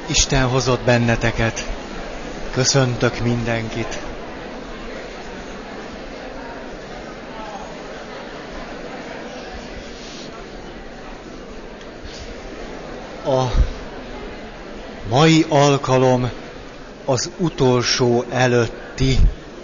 Isten hozott benneteket. Köszöntök mindenkit. A mai alkalom az utolsó előtti.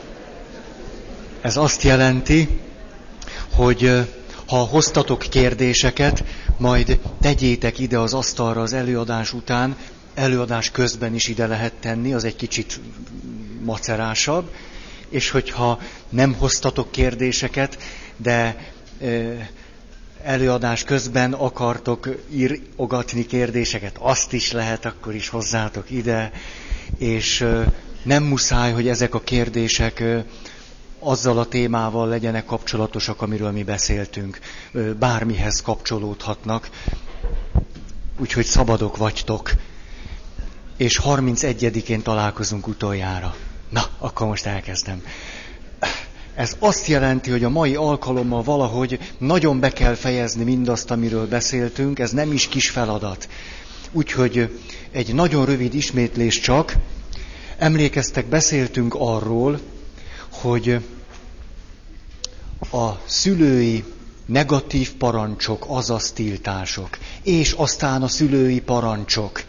Ez azt jelenti, hogy ha hoztatok kérdéseket, majd tegyétek ide az asztalra az előadás után, előadás közben is ide lehet tenni, az egy kicsit macerásabb, és hogyha nem hoztatok kérdéseket, de előadás közben akartok írogatni kérdéseket, azt is lehet, akkor is hozzátok ide, és nem muszáj, hogy ezek a kérdések azzal a témával legyenek kapcsolatosak, amiről mi beszéltünk. Bármihez kapcsolódhatnak, úgyhogy szabadok vagytok. És 31-én találkozunk utoljára. Na, akkor most elkezdem. Ez azt jelenti, hogy a mai alkalommal valahogy nagyon be kell fejezni mindazt, amiről beszéltünk, ez nem is kis feladat. Úgyhogy egy nagyon rövid ismétlés csak. Emlékeztek, beszéltünk arról, hogy a szülői negatív parancsok, azaz tiltások, és aztán a szülői parancsok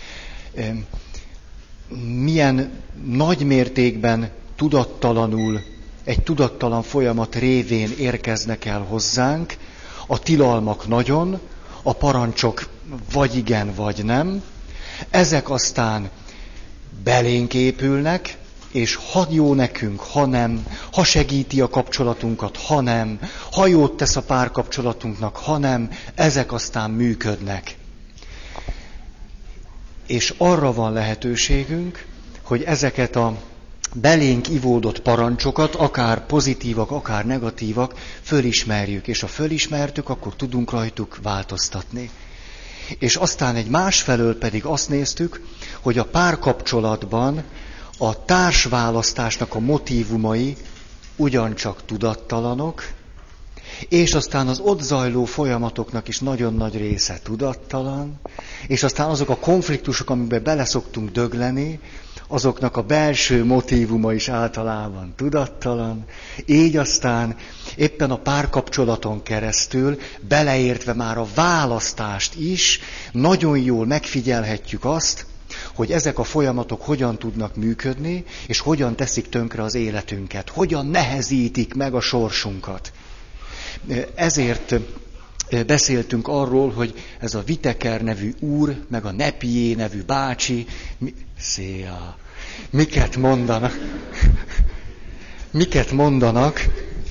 milyen nagy mértékben tudattalanul, egy tudattalan folyamat révén érkeznek el hozzánk, a tilalmak nagyon, a parancsok vagy igen, vagy nem, ezek aztán belénk épülnek, és ha jó nekünk, ha nem, ha segíti a kapcsolatunkat, ha nem, ha jót tesz a párkapcsolatunknak, ha nem, ezek aztán működnek. És arra van lehetőségünk, hogy ezeket a belénk ivódott parancsokat, akár pozitívak, akár negatívak, fölismerjük. És ha fölismertük, akkor tudunk rajtuk változtatni. És aztán egy másfelől pedig azt néztük, hogy a párkapcsolatban a társválasztásnak a motívumai ugyancsak tudattalanok, és aztán az ott zajló folyamatoknak is nagyon nagy része tudattalan, és aztán azok a konfliktusok, amiben beleszoktunk dögleni, azoknak a belső motívuma is általában tudattalan, így aztán éppen a párkapcsolaton keresztül, beleértve már a választást is, nagyon jól megfigyelhetjük azt, hogy ezek a folyamatok hogyan tudnak működni, és hogyan teszik tönkre az életünket, hogyan nehezítik meg a sorsunkat. Ezért beszéltünk arról, hogy ez a Viteker nevű úr, meg a Nepié nevű bácsi, miket mondanak? Miket mondanak?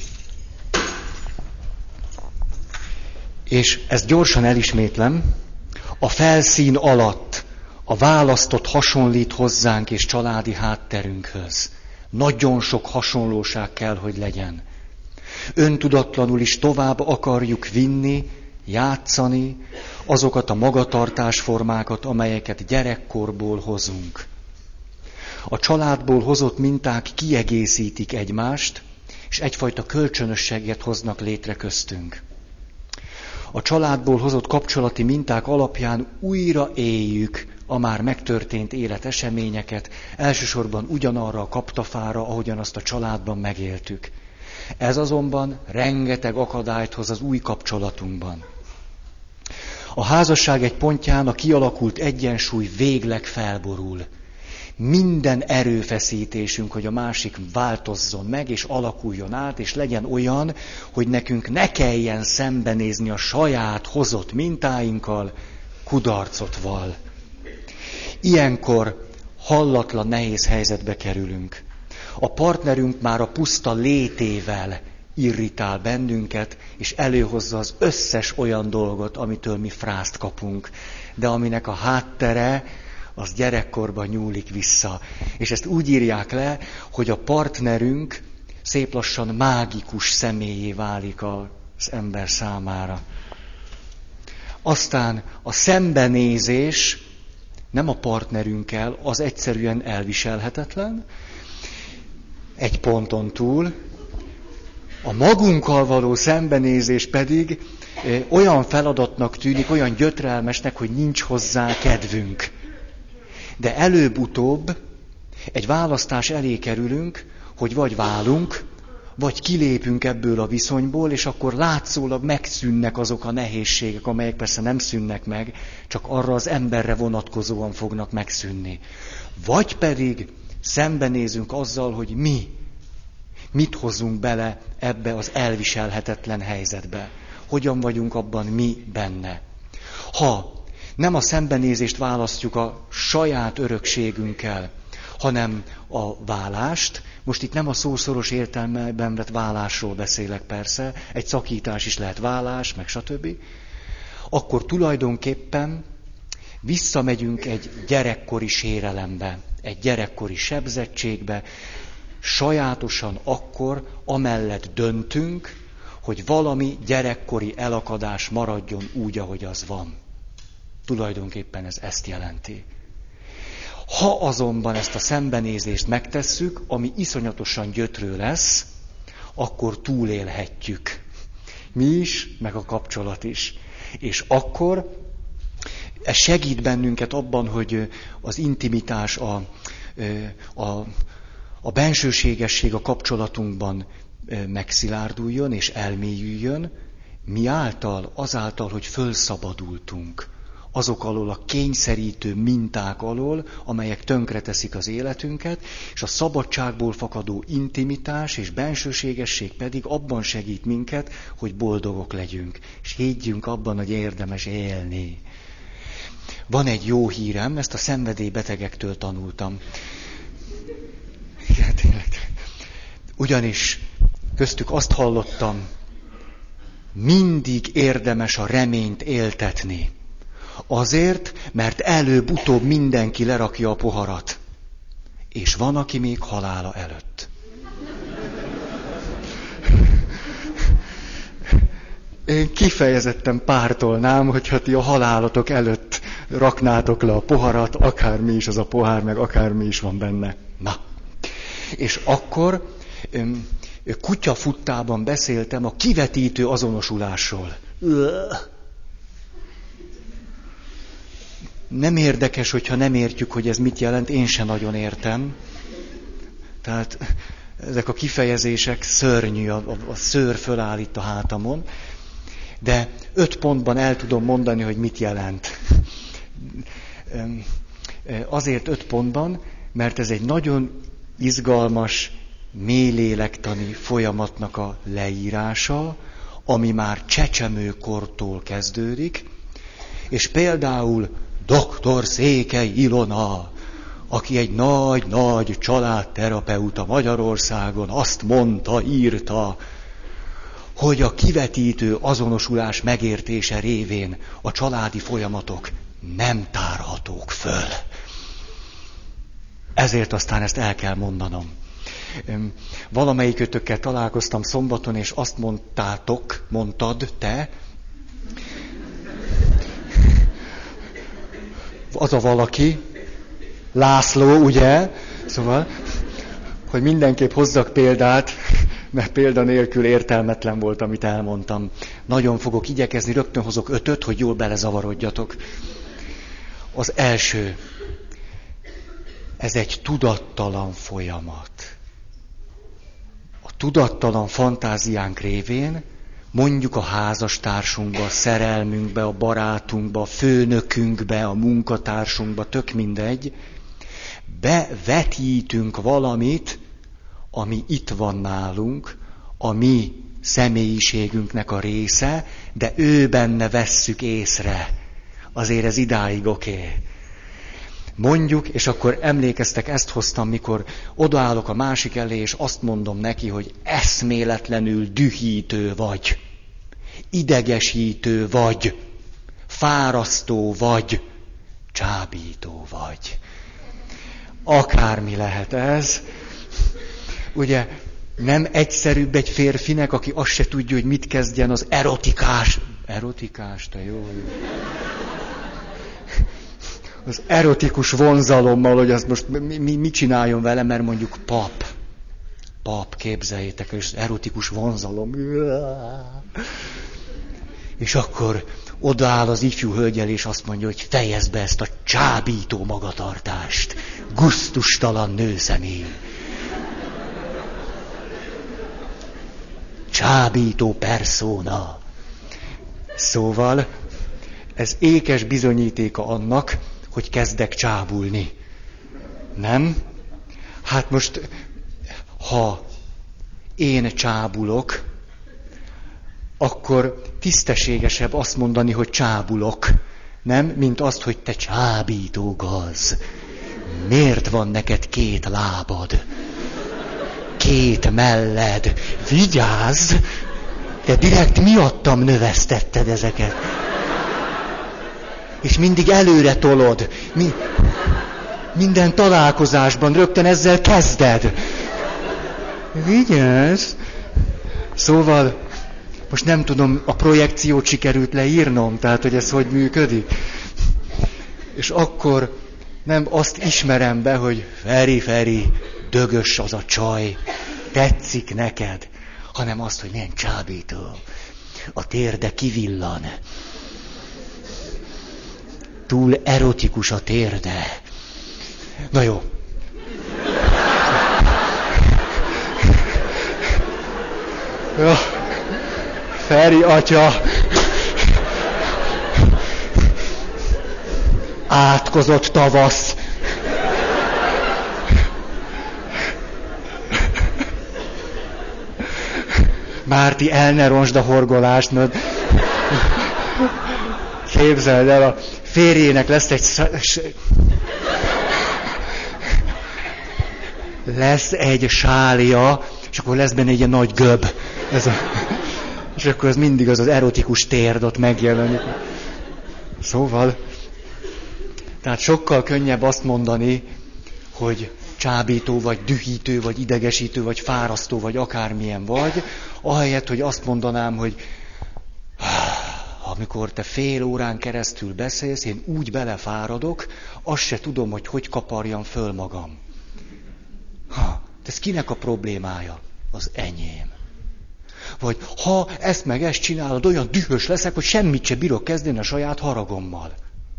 És ezt gyorsan elismétlem, a felszín alatt a választott hasonlít hozzánk és családi hátterünkhöz. Nagyon sok hasonlóság kell, hogy legyen. Öntudatlanul is tovább akarjuk vinni, játszani azokat a magatartásformákat, amelyeket gyerekkorból hozunk. A családból hozott minták kiegészítik egymást, és egyfajta kölcsönösséget hoznak létre köztünk. A családból hozott kapcsolati minták alapján újra éljük a már megtörtént életeseményeket, elsősorban ugyanarra a kaptafára, ahogyan azt a családban megéltük. Ez azonban rengeteg akadályt hoz az új kapcsolatunkban. A házasság egy pontján a kialakult egyensúly végleg felborul. Minden erőfeszítésünk, hogy a másik változzon meg, és alakuljon át, és legyen olyan, hogy nekünk ne kelljen szembenézni a saját hozott mintáinkkal, kudarcot vall. Ilyenkor hallatlan nehéz helyzetbe kerülünk. A partnerünk már a puszta létével irritál bennünket, és előhozza az összes olyan dolgot, amitől mi frászt kapunk, de aminek a háttere az gyerekkorban nyúlik vissza. És ezt úgy írják le, hogy a partnerünk szép lassan mágikus személyé válik az ember számára. Aztán a szembenézés nem a partnerünkkel, az egyszerűen elviselhetetlen, egy ponton túl, a magunkkal való szembenézés pedig olyan feladatnak tűnik, olyan gyötrelmesnek, hogy nincs hozzá kedvünk. De előbb-utóbb egy választás elé kerülünk, hogy vagy válunk, vagy kilépünk ebből a viszonyból, és akkor látszólag megszűnnek azok a nehézségek, amelyek persze nem szűnnek meg, csak arra az emberre vonatkozóan fognak megszűnni. Vagy pedig szembenézünk azzal, hogy mit hozunk bele ebbe az elviselhetetlen helyzetbe. Hogyan vagyunk abban mi benne. Ha nem a szembenézést választjuk a saját örökségünkkel, hanem a válást, most itt nem a szószoros értelmében vett válásról beszélek persze, egy szakítás is lehet válás, meg stb., akkor tulajdonképpen visszamegyünk egy gyerekkori sérelembe, egy gyerekkori sebzettségbe, sajátosan akkor amellett döntünk, hogy valami gyerekkori elakadás maradjon úgy, ahogy az van. Tulajdonképpen ez ezt jelenti. Ha azonban ezt a szembenézést megtesszük, ami iszonyatosan gyötrő lesz, akkor túlélhetjük. Mi is, meg a kapcsolat is. És akkor ez segít bennünket abban, hogy az intimitás, a bensőségesség a kapcsolatunkban megszilárduljon és elmélyüljön, azáltal, hogy fölszabadultunk azok alól a kényszerítő minták alól, amelyek tönkreteszik az életünket, és a szabadságból fakadó intimitás és bensőségesség pedig abban segít minket, hogy boldogok legyünk, és higgyünk abban, hogy érdemes élni. Van egy jó hírem, ezt a szenvedélybetegektől tanultam. Igen, tényleg. Ugyanis köztük azt hallottam, mindig érdemes a reményt éltetni. Azért, mert előbb-utóbb mindenki lerakja a poharat. És van, aki még halála előtt. Én kifejezetten pártolnám, hogyha ti a halálatok előtt raknátok le a poharat, akármi is az a pohár, meg akármi is van benne. Na. És akkor kutyafuttában beszéltem a kivetítő azonosulásról. Nem érdekes, hogyha nem értjük, hogy ez mit jelent, én sem nagyon értem. Tehát ezek a kifejezések szörnyű, a szőr föláll itt a hátamon. De 5 pontban el tudom mondani, hogy mit jelent. Azért 5 pontban, mert ez egy nagyon izgalmas, mélylélektani folyamatnak a leírása, ami már csecsemőkortól kezdődik, és például Dr. Székely Ilona, aki egy nagy családterapeuta Magyarországon, azt mondta, írta, hogy a kivetítő azonosulás megértése révén a családi folyamatok nem tárhatók föl. Ezért aztán ezt el kell mondanom. Valamelyikötökkel találkoztam szombaton, és azt mondtad te, az a valaki, László, ugye? Szóval, hogy mindenképp hozzak példát, mert példa nélkül értelmetlen volt, amit elmondtam. Nagyon fogok igyekezni, rögtön hozok 5-öt, hogy jól belezavarodjatok. Az első, ez egy tudattalan folyamat. A tudattalan fantáziánk révén, mondjuk a házastársunkba, a szerelmünkbe, a barátunkba, a főnökünkbe, a munkatársunkba, tök mindegy, bevetítünk valamit, ami itt van nálunk, a mi személyiségünknek a része, de ő benne vesszük észre. Azért ez idáig oké. Mondjuk, és akkor emlékeztek, ezt hoztam, mikor odaállok a másik elé, és azt mondom neki, hogy eszméletlenül dühítő vagy, idegesítő vagy, fárasztó vagy, csábító vagy. Akármi lehet ez. Ugye nem egyszerűbb egy férfinek, aki azt se tudja, hogy mit kezdjen az erotikás, te jó. Az erotikus vonzalommal, hogy azt most mit csináljon vele, mert mondjuk pap, képzeljétek, és erotikus vonzalom. És akkor odaáll az ifjú hölgyel, és azt mondja, hogy fejezd be ezt a csábító magatartást, gusztustalan nőszemély. Csábító perszóna. Szóval ez ékes bizonyítéka annak, hogy kezdek csábulni. Nem? Hát most, ha én csábulok, akkor tisztességesebb azt mondani, hogy csábulok, nem? Mint azt, hogy te csábító gaz. Miért van neked 2 lábad? 2 melled? Vigyázz! Te direkt miattam növesztetted ezeket. És mindig előre tolod. Minden találkozásban rögtön ezzel kezded. Vigyázz! Szóval, most nem tudom, a projekciót sikerült leírnom, tehát, hogy ez hogy működik. És akkor nem azt ismerem be, hogy Feri, dögös az a csaj, tetszik neked, hanem azt, hogy milyen csábító. A térde kivillan. Túl erotikus a térde. Na jó. Ja. Feri atya. Átkozott tavasz. Márti, el ne ronsd a horgolást, mert képzeld el, a férjének lesz egy sálja, és akkor lesz benne egy ilyen nagy göb. És akkor ez mindig az erotikus térd ott megjelenik. Szóval, tehát sokkal könnyebb azt mondani, hogy csábító, vagy dühítő, vagy idegesítő, vagy fárasztó, vagy akármilyen vagy, ahelyett, hogy azt mondanám, hogy amikor te fél órán keresztül beszélsz, én úgy belefáradok, azt se tudom, hogy kaparjam föl magam. Ez kinek a problémája? Az enyém. Vagy ha ezt meg ezt csinálod, olyan dühös leszek, hogy semmit se bírok kezdeni a saját haragommal.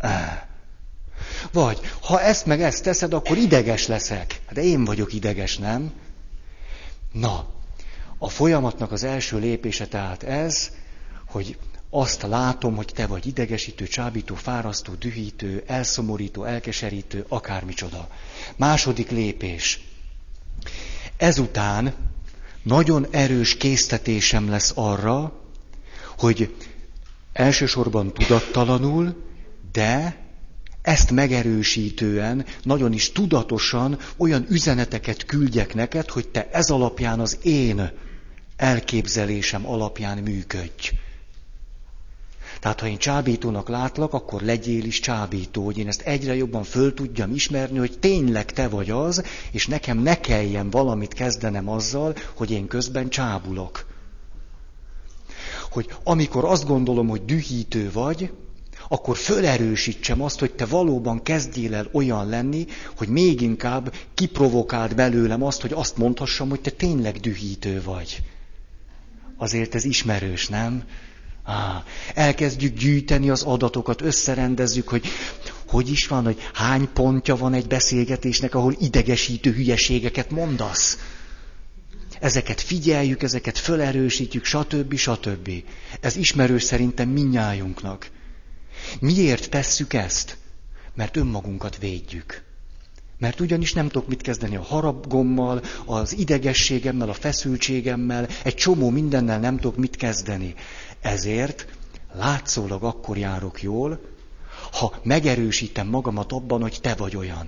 Vagy ha ezt meg ezt teszed, akkor ideges leszek. De én vagyok ideges, nem? Na, a folyamatnak az első lépése tehát ez, hogy azt látom, hogy te vagy idegesítő, csábító, fárasztó, dühítő, elszomorító, elkeserítő, akármicsoda. Második lépés. Ezután nagyon erős késztetésem lesz arra, hogy elsősorban tudattalanul, de ezt megerősítően, nagyon is tudatosan olyan üzeneteket küldjek neked, hogy te ez alapján, az én elképzelésem alapján működj. Tehát, ha én csábítónak látlak, akkor legyél is csábító, hogy én ezt egyre jobban föl tudjam ismerni, hogy tényleg te vagy az, és nekem ne kelljen valamit kezdenem azzal, hogy én közben csábulok. Hogy amikor azt gondolom, hogy dühítő vagy, akkor fölerősítsem azt, hogy te valóban kezdjél el olyan lenni, hogy még inkább kiprovokáld belőlem azt, hogy azt mondhassam, hogy te tényleg dühítő vagy. Azért ez ismerős, nem? Elkezdjük gyűjteni az adatokat, összerendezzük, hogy is van, hogy hány pontja van egy beszélgetésnek, ahol idegesítő hülyeségeket mondasz. Ezeket figyeljük, ezeket fölerősítjük, stb. Ez ismerős szerintem mindnyájunknak. Miért tesszük ezt? Mert önmagunkat védjük. Mert ugyanis nem tudok mit kezdeni a haragommal, az idegességemmel, a feszültségemmel, egy csomó mindennel nem tudok mit kezdeni. Ezért látszólag akkor járok jól, ha megerősítem magamat abban, hogy te vagy olyan.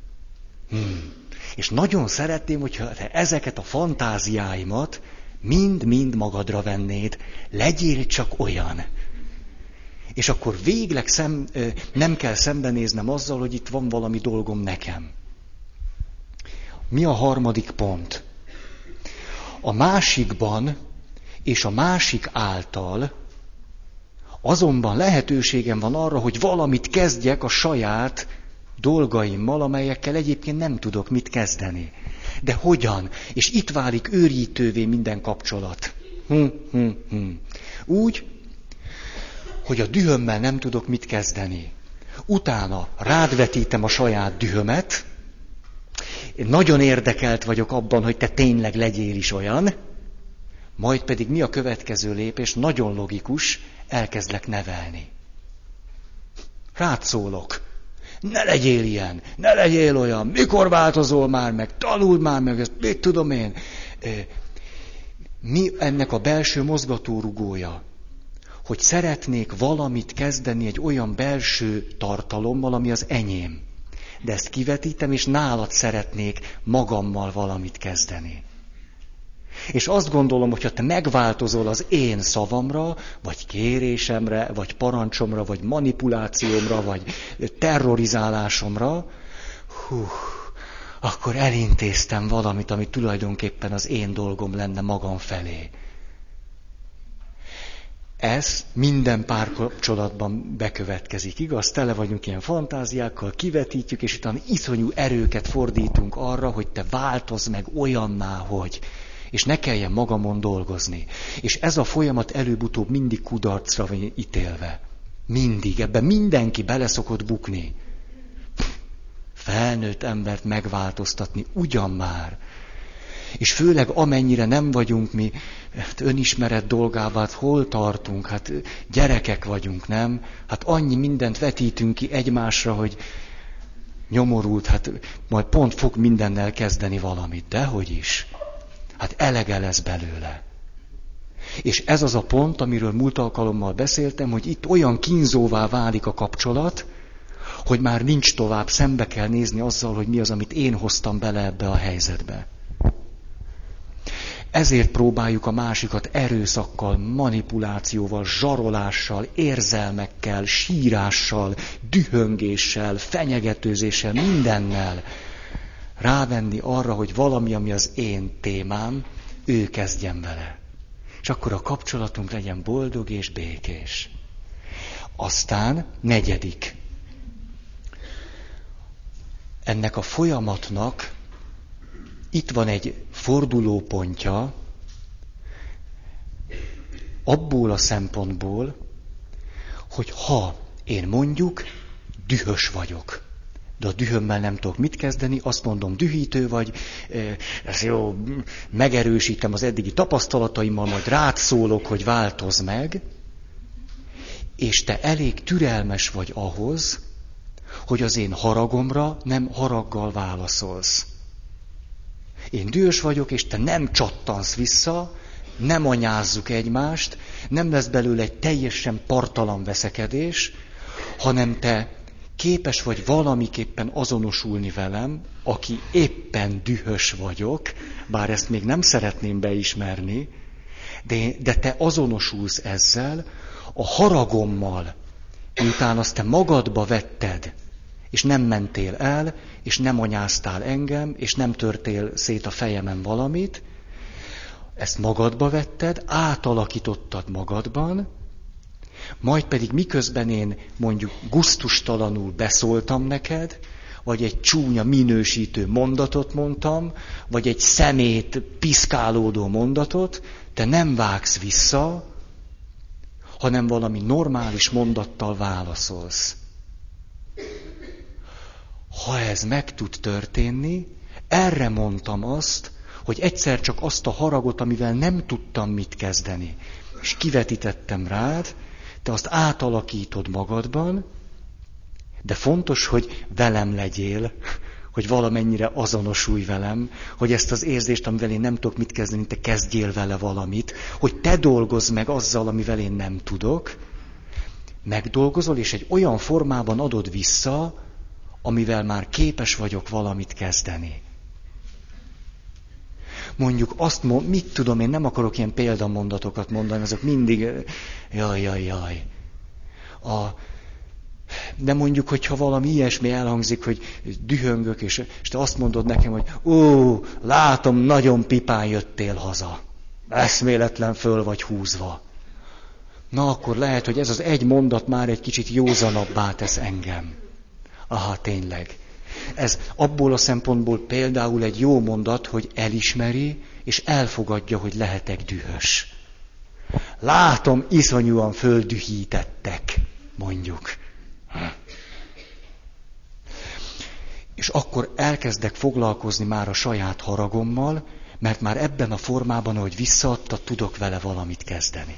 És nagyon szeretném, hogyha te ezeket a fantáziáimat mind-mind magadra vennéd. Legyél csak olyan. És akkor végleg nem kell szembenéznem azzal, hogy itt van valami dolgom nekem. Mi a harmadik pont? A másikban és a másik által azonban lehetőségem van arra, hogy valamit kezdjek a saját dolgaimmal, amelyekkel egyébként nem tudok mit kezdeni. De hogyan? És itt válik őrítővé minden kapcsolat. Úgy, hogy a dühömmel nem tudok mit kezdeni. Utána rád vetítem a saját dühömet, én nagyon érdekelt vagyok abban, hogy te tényleg legyél is olyan, majd pedig mi a következő lépés? Nagyon logikus, elkezdlek nevelni. Rád szólok. Ne legyél ilyen, ne legyél olyan, mikor változol már meg, tanuld már meg, ezt mit tudom én. Mi ennek a belső mozgatórugója? Hogy szeretnék valamit kezdeni egy olyan belső tartalommal, ami az enyém. De ezt kivetítem, és nálad szeretnék magammal valamit kezdeni. És azt gondolom, hogyha te megváltozol az én szavamra, vagy kérésemre, vagy parancsomra, vagy manipulációmra, vagy terrorizálásomra, akkor elintéztem valamit, ami tulajdonképpen az én dolgom lenne magam felé. Ez minden párkapcsolatban bekövetkezik, igaz? Tele vagyunk ilyen fantáziákkal, kivetítjük, és utána iszonyú erőket fordítunk arra, hogy te változz meg olyanná, hogy... És ne kelljen magamon dolgozni. És ez a folyamat előbb-utóbb mindig kudarcra van ítélve. Mindig. Ebben mindenki bele szokott bukni. Felnőtt embert megváltoztatni ugyan már. És főleg amennyire nem vagyunk mi önismeret dolgában, hát hol tartunk? Hát gyerekek vagyunk, nem? Hát annyi mindent vetítünk ki egymásra, hogy nyomorult, hát majd pont fog mindennel kezdeni valamit. Dehogy is. Hát elege lesz belőle. És ez az a pont, amiről múlt alkalommal beszéltem, hogy itt olyan kínzóvá válik a kapcsolat, hogy már nincs tovább, szembe kell nézni azzal, hogy mi az, amit én hoztam bele ebbe a helyzetbe. Ezért próbáljuk a másikat erőszakkal, manipulációval, zsarolással, érzelmekkel, sírással, dühöngéssel, fenyegetőzéssel, mindennel rávenni arra, hogy valami, ami az én témám, ő kezdjen vele. És akkor a kapcsolatunk legyen boldog és békés. Aztán 4. Ennek a folyamatnak itt van egy fordulópontja, abból a szempontból, hogy ha én mondjuk dühös vagyok, de a dühömmel nem tudok mit kezdeni, azt mondom, dühítő vagy, ez jó, megerősítem az eddigi tapasztalataimmal, majd rád szólok, hogy változz meg, és te elég türelmes vagy ahhoz, hogy az én haragomra nem haraggal válaszolsz. Én dühös vagyok, és te nem csattansz vissza, nem anyázzuk egymást, nem lesz belőle egy teljesen parttalan veszekedés, hanem te képes vagy valamiképpen azonosulni velem, aki éppen dühös vagyok, bár ezt még nem szeretném beismerni, de te azonosulsz ezzel, a haragommal, miután azt te magadba vetted, és nem mentél el, és nem anyáztál engem, és nem törtél szét a fejemen valamit, ezt magadba vetted, átalakítottad magadban, majd pedig miközben én mondjuk gusztustalanul beszóltam neked, vagy egy csúnya minősítő mondatot mondtam, vagy egy szemét piszkálódó mondatot, te nem vágsz vissza, hanem valami normális mondattal válaszolsz. Ha ez meg tud történni, erre mondtam azt, hogy egyszer csak azt a haragot, amivel nem tudtam mit kezdeni, és kivetítettem rád, te azt átalakítod magadban, de fontos, hogy velem legyél, hogy valamennyire azonosulj velem, hogy ezt az érzést, amivel én nem tudok mit kezdeni, te kezdjél vele valamit, hogy te dolgozz meg azzal, amivel én nem tudok, megdolgozol, és egy olyan formában adod vissza, amivel már képes vagyok valamit kezdeni. Mondjuk azt mit tudom, én nem akarok ilyen példamondatokat mondani, azok mindig jaj. De mondjuk, hogyha valami ilyesmi elhangzik, hogy dühöngök, és te azt mondod nekem, hogy látom, nagyon pipán jöttél haza. Eszméletlen föl vagy húzva. Na akkor lehet, hogy ez az egy mondat már egy kicsit józanabbá tesz engem. Aha, tényleg. Ez abból a szempontból például egy jó mondat, hogy elismeri és elfogadja, hogy lehetek dühös. Látom, iszonyúan földühítettek, mondjuk. És akkor elkezdek foglalkozni már a saját haragommal, mert már ebben a formában, ahogy visszaadta, tudok vele valamit kezdeni.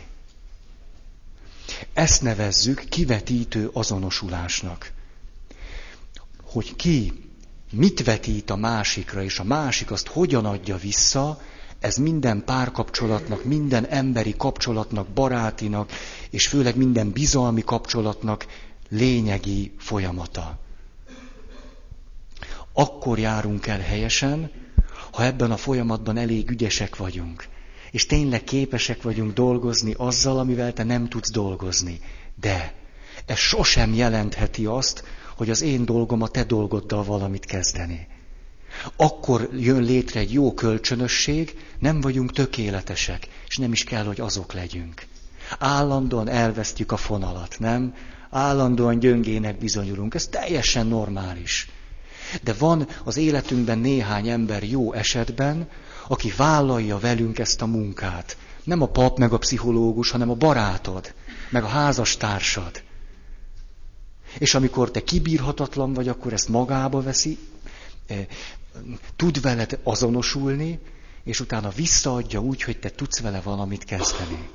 Ezt nevezzük kivetítő azonosulásnak. Hogy ki mit vetít a másikra, és a másik azt hogyan adja vissza, ez minden párkapcsolatnak, minden emberi kapcsolatnak, barátinak, és főleg minden bizalmi kapcsolatnak lényegi folyamata. Akkor járunk el helyesen, ha ebben a folyamatban elég ügyesek vagyunk, és tényleg képesek vagyunk dolgozni azzal, amivel te nem tudsz dolgozni. De ez sosem jelentheti azt, hogy az én dolgom a te dolgoddal valamit kezdeni. Akkor jön létre egy jó kölcsönösség, nem vagyunk tökéletesek, és nem is kell, hogy azok legyünk. Állandóan elvesztjük a fonalat, nem? Állandóan gyöngének bizonyulunk, ez teljesen normális. De van az életünkben néhány ember jó esetben, aki vállalja velünk ezt a munkát. Nem a pap, meg a pszichológus, hanem a barátod, meg a házastársad. És amikor te kibírhatatlan vagy, akkor ezt magába veszi, tud veled azonosulni, és utána visszaadja úgy, hogy te tudsz vele valamit kezdeni.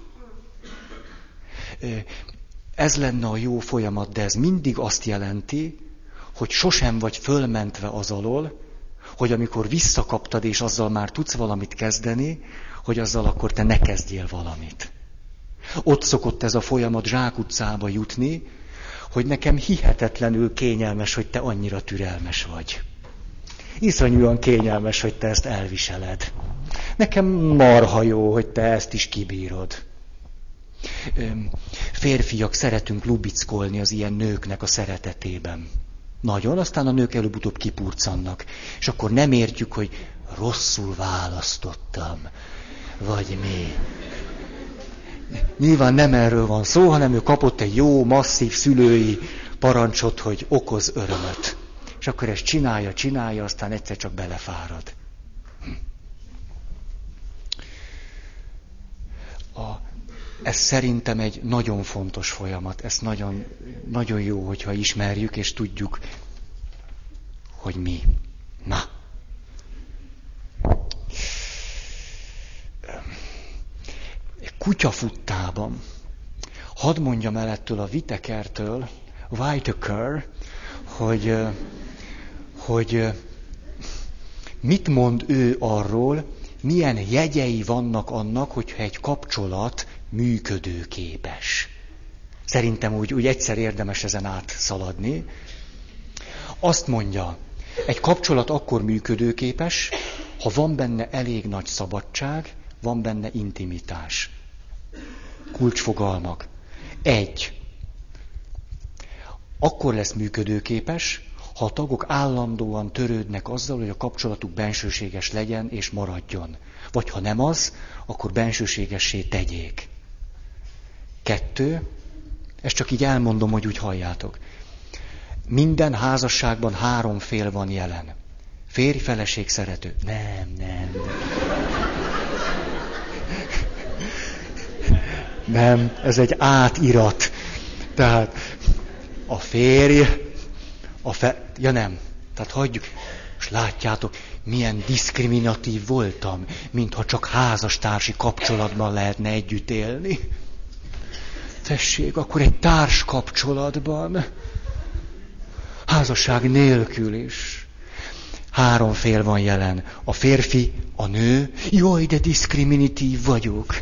Ez lenne a jó folyamat, de ez mindig azt jelenti, hogy sosem vagy fölmentve az alól, hogy amikor visszakaptad, és azzal már tudsz valamit kezdeni, hogy azzal akkor te ne kezdjél valamit. Ott szokott ez a folyamat zsákutcába jutni, hogy nekem hihetetlenül kényelmes, hogy te annyira türelmes vagy. Iszonyúan kényelmes, hogy te ezt elviseled. Nekem marha jó, hogy te ezt is kibírod. Férfiak szeretünk lubickolni az ilyen nőknek a szeretetében. Nagyon, aztán a nők előbb-utóbb kipurcannak. És akkor nem értjük, hogy rosszul választottam, vagy mi. Nyilván nem erről van szó, hanem ő kapott egy jó, masszív szülői parancsot, hogy okoz örömöt. És akkor ezt csinálja, aztán egyszer csak belefárad. Ez szerintem egy nagyon fontos folyamat. Ez nagyon, nagyon jó, hogyha ismerjük és tudjuk, hogy mi. Na. Kutyafuttában. Hadd mondjam el ettől a Whittakertől, hogy mit mond ő arról, milyen jegyei vannak annak, hogyha egy kapcsolat működőképes. Szerintem úgy egyszer érdemes ezen átszaladni. Azt mondja, egy kapcsolat akkor működőképes, ha van benne elég nagy szabadság, van benne intimitás. Kulcsfogalmak. 1. Akkor lesz működőképes, ha a tagok állandóan törődnek azzal, hogy a kapcsolatuk bensőséges legyen és maradjon. Vagy ha nem az, akkor bensőségessé tegyék. 2. Ezt csak így elmondom, hogy úgy halljátok. Minden házasságban 3 fél van jelen. Férj, feleség, szerető. Nem. Nem, ez egy átirat. Tehát a férj, ja nem, tehát hagyjuk. És látjátok, milyen diszkriminatív voltam, mintha csak házastársi kapcsolatban lehetne együtt élni. Tessék, akkor egy társ kapcsolatban, házasság nélkül is. 3 fél van jelen. A férfi, a nő, jaj, de diszkriminatív vagyok.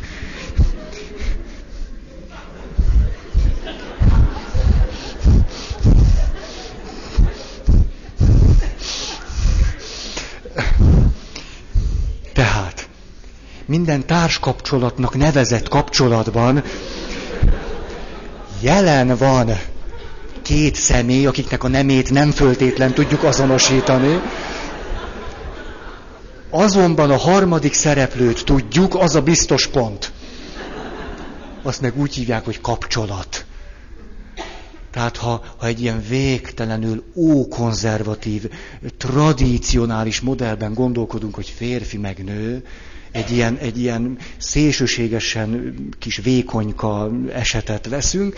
Tehát minden társkapcsolatnak nevezett kapcsolatban jelen van 2 személy, akiknek a nemét nem föltétlen tudjuk azonosítani. Azonban a 3. szereplőt tudjuk, az a biztos pont. Azt meg úgy hívják, hogy kapcsolat. Tehát ha egy ilyen végtelenül ókonzervatív, tradicionális modellben gondolkodunk, hogy férfi meg nő, egy ilyen szélsőségesen kis vékonyka esetet veszünk,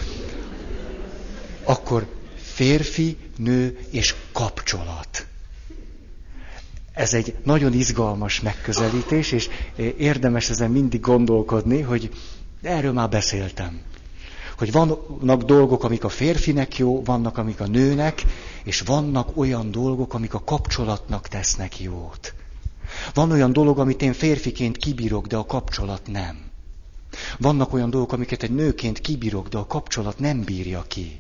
akkor férfi, nő és kapcsolat. Ez egy nagyon izgalmas megközelítés, és érdemes ezen mindig gondolkodni, hogy erről már beszéltem. Hogy vannak dolgok, amik a férfinek jó, vannak, amik a nőnek, és vannak olyan dolgok, amik a kapcsolatnak tesznek jót. Van olyan dolog, amit én férfiként kibírok, de a kapcsolat nem. Vannak olyan dolgok, amiket egy nőként kibírok, de a kapcsolat nem bírja ki.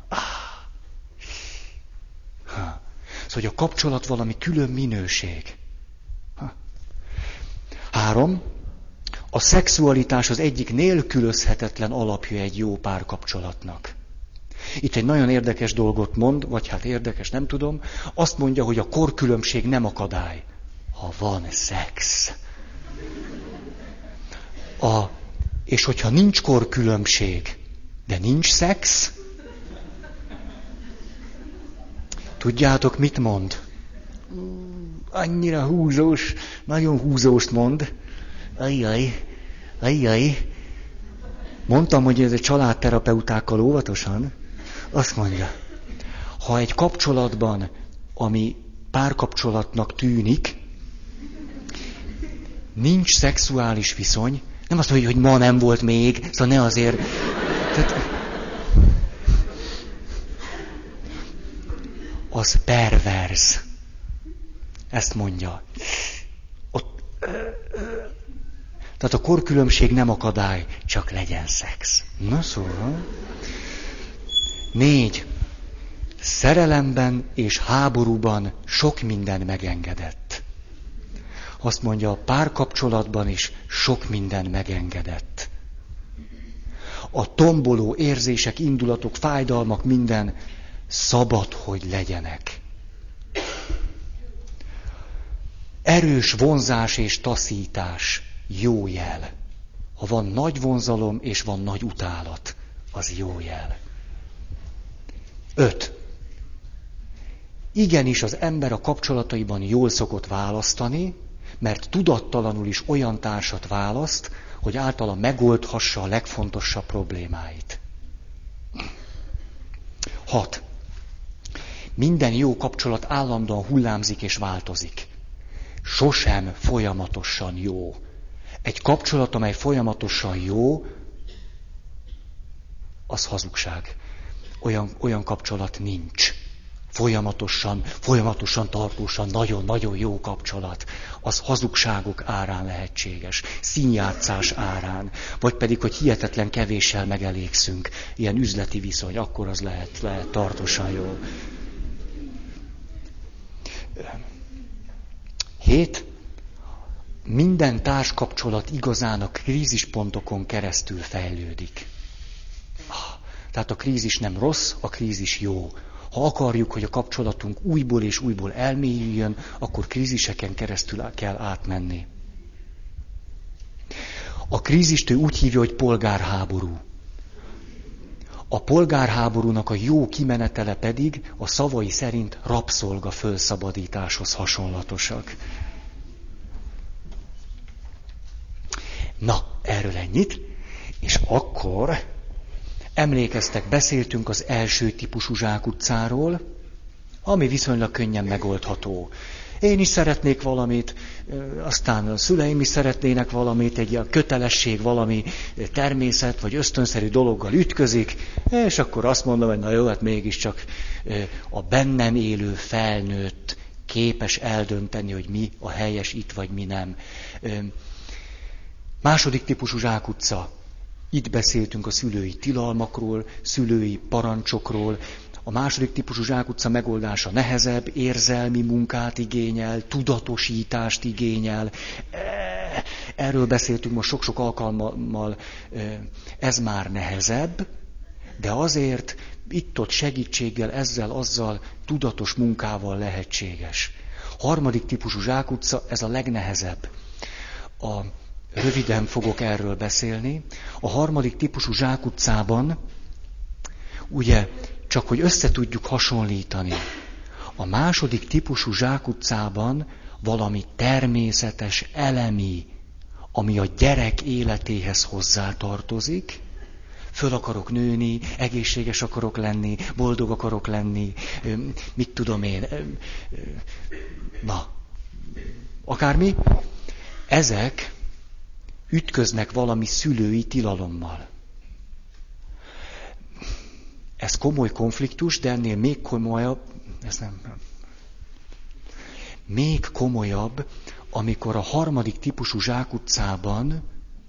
Szóval, hogy a kapcsolat valami külön minőség. 3. A szexualitás az egyik nélkülözhetetlen alapja egy jó párkapcsolatnak. Itt egy nagyon érdekes dolgot mond, vagy hát érdekes, nem tudom. Azt mondja, hogy a korkülönbség nem akadály, ha van szex. És hogyha nincs korkülönbség, de nincs szex, tudjátok, mit mond? Annyira húzós, nagyon húzóst mond. Ajjaj. Mondtam, hogy ez egy családterapeutákkal óvatosan. Azt mondja, ha egy kapcsolatban, ami párkapcsolatnak tűnik, nincs szexuális viszony, nem azt mondja, hogy ma nem volt még, szóval ne azért. Tehát, az perverz. Ezt mondja. Tehát a korkülönbség nem akadály, csak legyen szex. Na szóval. 4. Szerelemben és háborúban sok minden megengedett. Azt mondja, a párkapcsolatban is sok minden megengedett. A tomboló érzések, indulatok, fájdalmak, minden szabad, hogy legyenek. Erős vonzás és taszítás jó jel. Ha van nagy vonzalom és van nagy utálat, az jó jel. 5. Igenis az ember a kapcsolataiban jól szokott választani, mert tudattalanul is olyan társat választ, hogy általa megoldhassa a legfontosabb problémáit. 6. Minden jó kapcsolat állandóan hullámzik és változik. Sosem folyamatosan jó. Egy kapcsolat, amely folyamatosan jó, az hazugság. Olyan kapcsolat nincs. Folyamatosan, tartósan, nagyon-nagyon jó kapcsolat. Az hazugságok árán lehetséges. Színjátszás árán. Vagy pedig, hogy hihetetlen kevéssel megelégszünk. Ilyen üzleti viszony, akkor az lehet tartósan jó. 7. Minden társkapcsolat igazán a krízispontokon keresztül fejlődik. Tehát a krízis nem rossz, a krízis jó. Ha akarjuk, hogy a kapcsolatunk újból és újból elmélyüljön, akkor kríziseken keresztül kell átmenni. A krízist ő úgy hívja, hogy polgárháború. A polgárháborúnak a jó kimenetele pedig a szavai szerint rabszolga fölszabadításhoz hasonlatosak. Na, erről ennyit. És akkor emlékeztek, beszéltünk az első típusú zsákutcáról, ami viszonylag könnyen megoldható. Én is szeretnék valamit, aztán a szüleim is szeretnének valamit, egy ilyen kötelesség valami természet vagy ösztönszerű dologgal ütközik, és akkor azt mondom, hogy na jó, hát mégiscsak a bennem élő felnőtt képes eldönteni, hogy mi a helyes itt vagy mi nem. Második típusú zsákutca. Itt beszéltünk a szülői tilalmakról, szülői parancsokról. A második típusú zsákutca megoldása nehezebb, érzelmi munkát igényel, tudatosítást igényel. Erről beszéltünk most sok-sok alkalommal, ez már nehezebb, de azért itt-ott segítséggel, ezzel, azzal, tudatos munkával lehetséges. Harmadik típusú zsákutca, ez a legnehezebb. Röviden fogok erről beszélni. A harmadik típusú zsákutcában Ugye, csak hogy össze tudjuk hasonlítani. A második típusú zsákutcában valami természetes, elemi, ami a gyerek életéhez hozzátartozik. Föl akarok nőni, egészséges akarok lenni, boldog akarok lenni, mit tudom én, akármi. Ezek ütköznek valami szülői tilalommal. Ez komoly konfliktus, de ennél még komolyabb, még komolyabb, amikor a harmadik típusú zsákutcában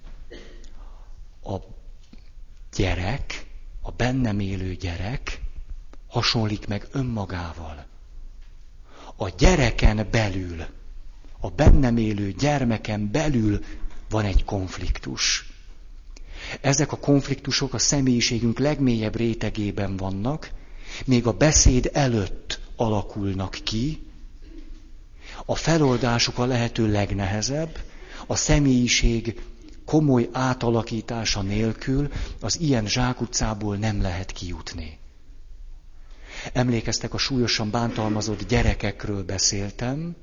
a gyerek, a bennem élő gyerek hasonlít meg önmagával. A gyereken belül, a bennem élő gyermeken belül van egy konfliktus. Ezek a konfliktusok a személyiségünk legmélyebb rétegében vannak, még a beszéd előtt alakulnak ki. A feloldásuk a lehető legnehezebb, a személyiség komoly átalakítása nélkül az ilyen zsákutcából nem lehet kijutni. Emlékeztek, a súlyosan bántalmazott gyerekekről beszéltem.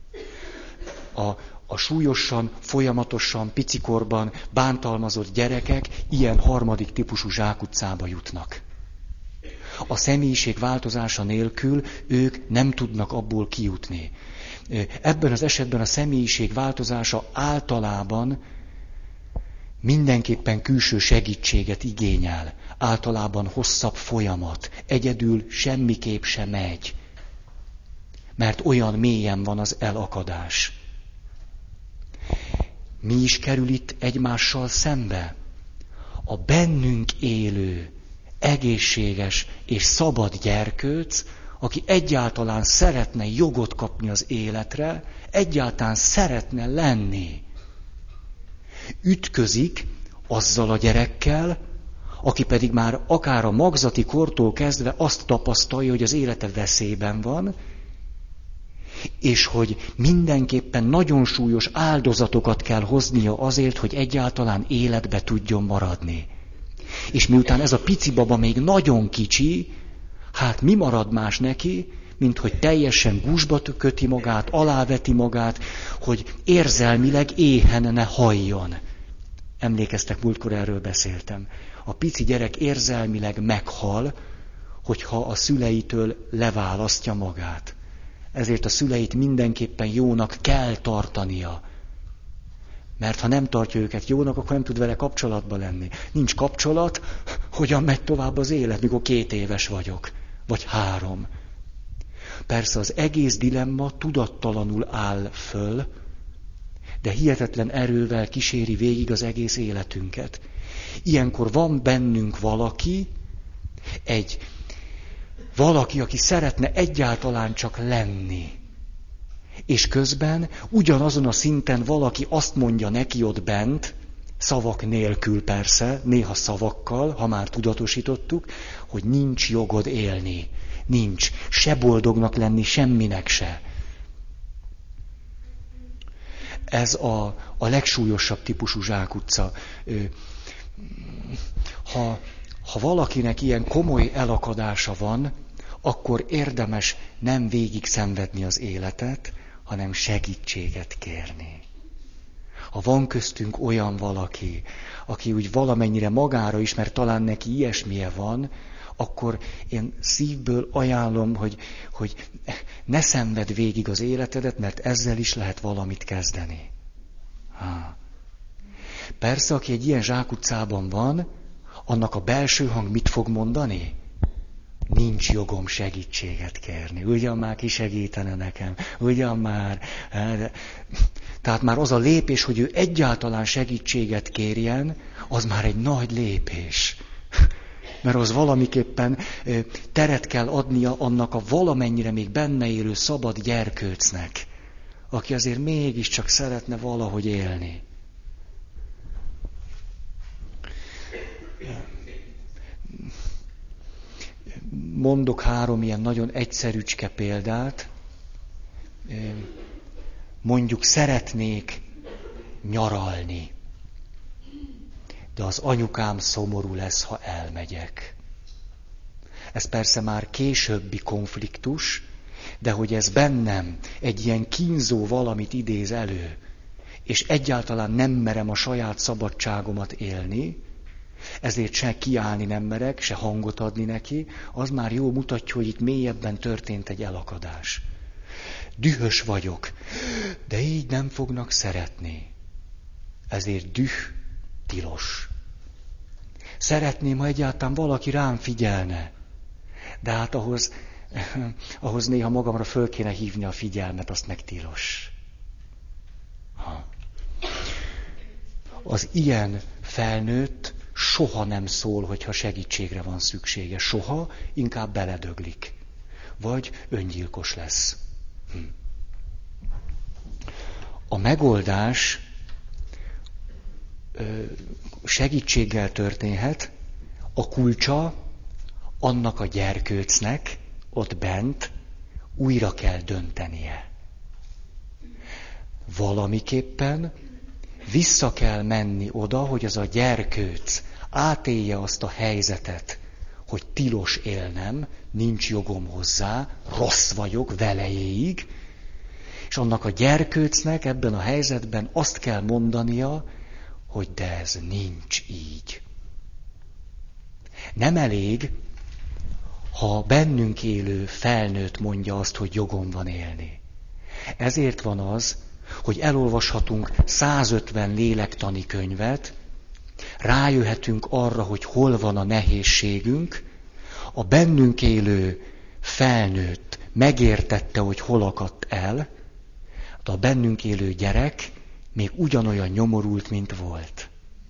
A súlyosan, folyamatosan, picikorban bántalmazott gyerekek ilyen harmadik típusú zsákutcába jutnak. A személyiség változása nélkül ők nem tudnak abból kijutni. Ebben az esetben a személyiség változása általában mindenképpen külső segítséget igényel. Általában hosszabb folyamat. Egyedül semmiképp sem megy. Mert olyan mélyen van az elakadás. Mi is kerül itt egymással szembe? A bennünk élő, egészséges és szabad gyerkőc, aki egyáltalán szeretne jogot kapni az életre, egyáltalán szeretne lenni. Ütközik azzal a gyerekkel, aki pedig már akár a magzati kortól kezdve azt tapasztalja, hogy az élete veszélyben van, és hogy mindenképpen nagyon súlyos áldozatokat kell hoznia azért, hogy egyáltalán életbe tudjon maradni. És miután ez a pici baba még nagyon kicsi, hát mi marad más neki, mint hogy teljesen gúzsba köti magát, aláveti magát, hogy érzelmileg éhen ne halljon. Emlékeztek, múltkor erről beszéltem. A pici gyerek érzelmileg meghal, hogyha a szüleitől leválasztja magát. Ezért a szüleit mindenképpen jónak kell tartania. Mert ha nem tartja őket jónak, akkor nem tud vele kapcsolatba lenni. Nincs kapcsolat, hogyan megy tovább az élet, mikor 2 éves vagyok, vagy 3. Persze az egész dilemma tudattalanul áll föl, de hihetetlen erővel kíséri végig az egész életünket. Ilyenkor van bennünk valaki, aki szeretne egyáltalán csak lenni. És közben ugyanazon a szinten valaki azt mondja neki ott bent, szavak nélkül persze, néha szavakkal, ha már tudatosítottuk, hogy nincs jogod élni. Nincs. Se boldognak lenni, semminek se. Ez a legsúlyosabb típusú zsákutca. Ha valakinek ilyen komoly elakadása van, akkor érdemes nem végig szenvedni az életet, hanem segítséget kérni. Ha van köztünk olyan valaki, aki úgy valamennyire magára is, mert talán neki ilyesmije van, akkor én szívből ajánlom, hogy ne szenvedd végig az életedet, mert ezzel is lehet valamit kezdeni. Persze, aki egy ilyen zsákutcában van, annak a belső hang mit fog mondani? Nincs jogom segítséget kérni. Ugyan már ki segítene nekem? Ugyan már... Tehát már az a lépés, hogy ő egyáltalán segítséget kérjen, az már egy nagy lépés. Mert az valamiképpen teret kell adnia annak a valamennyire még benne élő szabad gyerkőcnek, aki azért mégiscsak szeretne valahogy élni. Mondok 3 ilyen nagyon egyszerűcske példát. Mondjuk szeretnék nyaralni, de az anyukám szomorú lesz, ha elmegyek. ez persze már későbbi konfliktus, de hogy ez bennem egy ilyen kínzó valamit idéz elő, és egyáltalán nem merem a saját szabadságomat élni, ezért se kiállni nem merek, se hangot adni neki, az már jól mutatja, hogy itt mélyebben történt egy elakadás. Dühös vagyok, de így nem fognak szeretni. Ezért düh tilos. Szeretném, ha egyáltalán valaki rám figyelne, de hát ahhoz néha magamra föl kéne hívni a figyelmet, azt meg tilos. Az ilyen felnőtt soha nem szól, hogyha segítségre van szüksége. Soha, inkább beledöglik. Vagy öngyilkos lesz. A megoldás segítséggel történhet, a kulcsa annak a gyerkőcnek ott bent újra kell döntenie. Valamiképpen vissza kell menni oda, hogy az a gyerkőc átélje azt a helyzetet, hogy tilos élnem, nincs jogom hozzá, rossz vagyok velejéig, és annak a gyerkőcnek ebben a helyzetben azt kell mondania, hogy de ez nincs így. Nem elég, ha bennünk élő felnőtt mondja azt, hogy jogom van élni. Ezért van az, hogy elolvashatunk 150 lélektani könyvet, rájöhetünk arra, hogy hol van a nehézségünk, a bennünk élő felnőtt megértette, hogy hol akadt el, de a bennünk élő gyerek még ugyanolyan nyomorult, mint volt.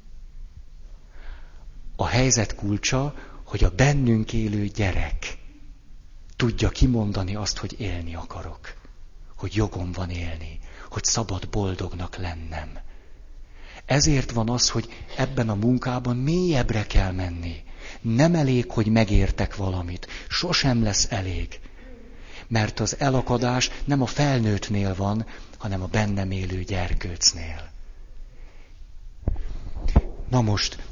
A helyzet kulcsa, hogy a bennünk élő gyerek tudja kimondani azt, hogy élni akarok, hogy jogom van élni, hogy szabad boldognak lennem. Ezért van az, hogy ebben a munkában mélyebbre kell menni. Nem elég, hogy megértek valamit. Sosem lesz elég. Mert az elakadás nem a felnőttnél van, hanem a bennem élő gyerkőcnél. Na most,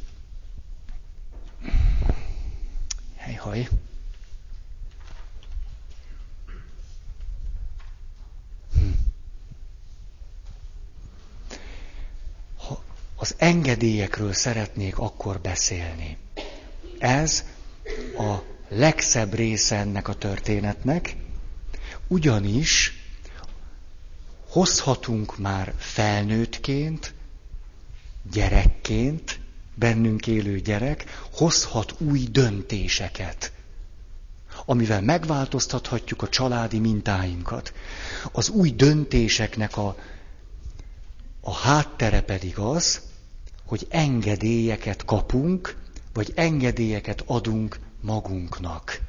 hely. Az engedélyekről szeretnék akkor beszélni. Ez a legszebb része ennek a történetnek, ugyanis hozhatunk már felnőttként, gyerekként, bennünk élő gyerek, hozhat új döntéseket, amivel megváltoztathatjuk a családi mintáinkat. Az új döntéseknek a háttere pedig az, hogy engedélyeket kapunk, vagy engedélyeket adunk magunknak.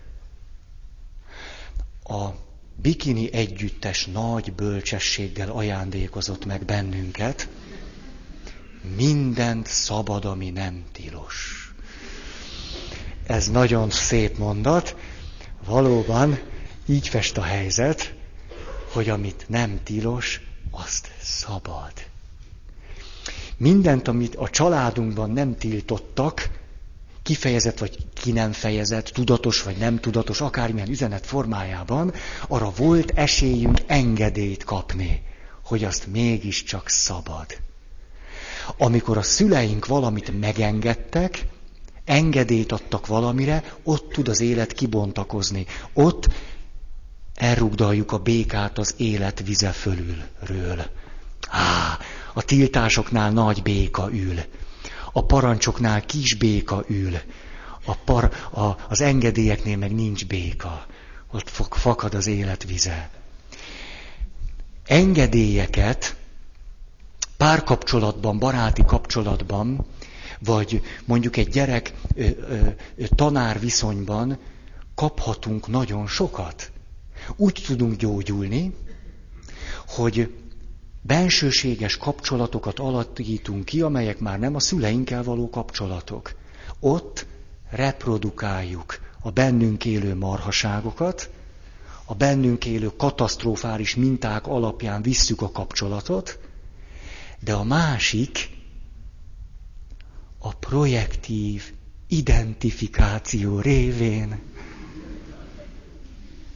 A Bikini Együttes nagy bölcsességgel ajándékozott meg bennünket. Mindent szabad, ami nem tilos. Ez nagyon szép mondat. Valóban így fest a helyzet, hogy amit nem tilos, azt szabad. Mindent, amit a családunkban nem tiltottak, kifejezett vagy ki nem fejezett, tudatos vagy nem tudatos, akármilyen üzenet formájában, arra volt esélyünk engedélyt kapni, hogy azt mégiscsak szabad. Amikor a szüleink valamit megengedtek, engedélyt adtak valamire, ott tud az élet kibontakozni. Ott elrugdaljuk a békát az élet vize fölülről. A tiltásoknál nagy béka ül. A parancsoknál kis béka ül. Az engedélyeknél meg nincs béka. Ott fakad az élet vize. Engedélyeket párkapcsolatban, baráti kapcsolatban, vagy mondjuk egy gyerek tanár viszonyban kaphatunk nagyon sokat. Úgy tudunk gyógyulni, hogy bensőséges kapcsolatokat alakítunk ki, amelyek már nem a szüleinkkel való kapcsolatok. Ott reprodukáljuk a bennünk élő marhaságokat, a bennünk élő katasztrofális minták alapján visszük a kapcsolatot, de a másik a projektív identifikáció révén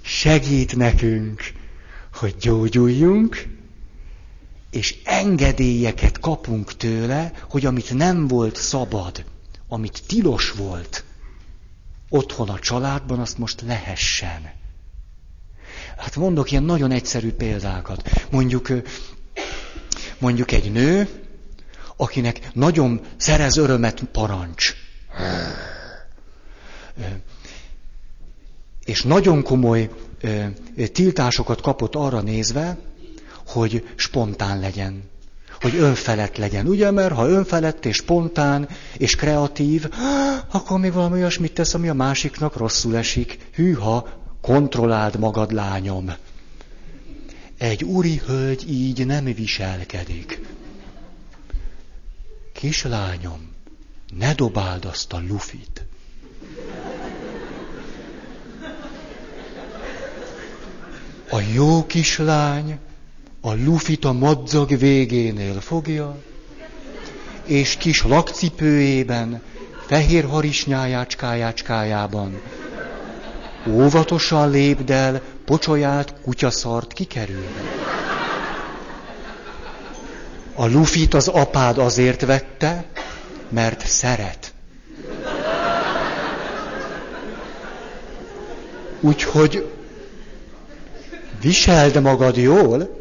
segít nekünk, hogy gyógyuljunk, és engedélyeket kapunk tőle, hogy amit nem volt szabad, amit tilos volt otthon a családban, azt most lehessen. Hát mondok ilyen nagyon egyszerű példákat. Mondjuk egy nő, akinek nagyon szerez örömet parancs. És nagyon komoly tiltásokat kapott arra nézve, hogy spontán legyen, hogy önfelett legyen. Ugye, mert ha önfelett és spontán és kreatív, akkor még valami olyasmit tesz, ami a másiknak rosszul esik. Hűha, kontrolláld magad, lányom. Egy úri hölgy így nem viselkedik. Kislányom, ne dobáld azt a lufit. A jó kislány a lufit a madzag végénél fogja, és kis lakcipőjében, fehér harisnyájácskájában óvatosan lépd el, pocsolyát, kutyaszart kikerülve. A lufit az apád azért vette, mert szeret. Úgyhogy viseld magad jól.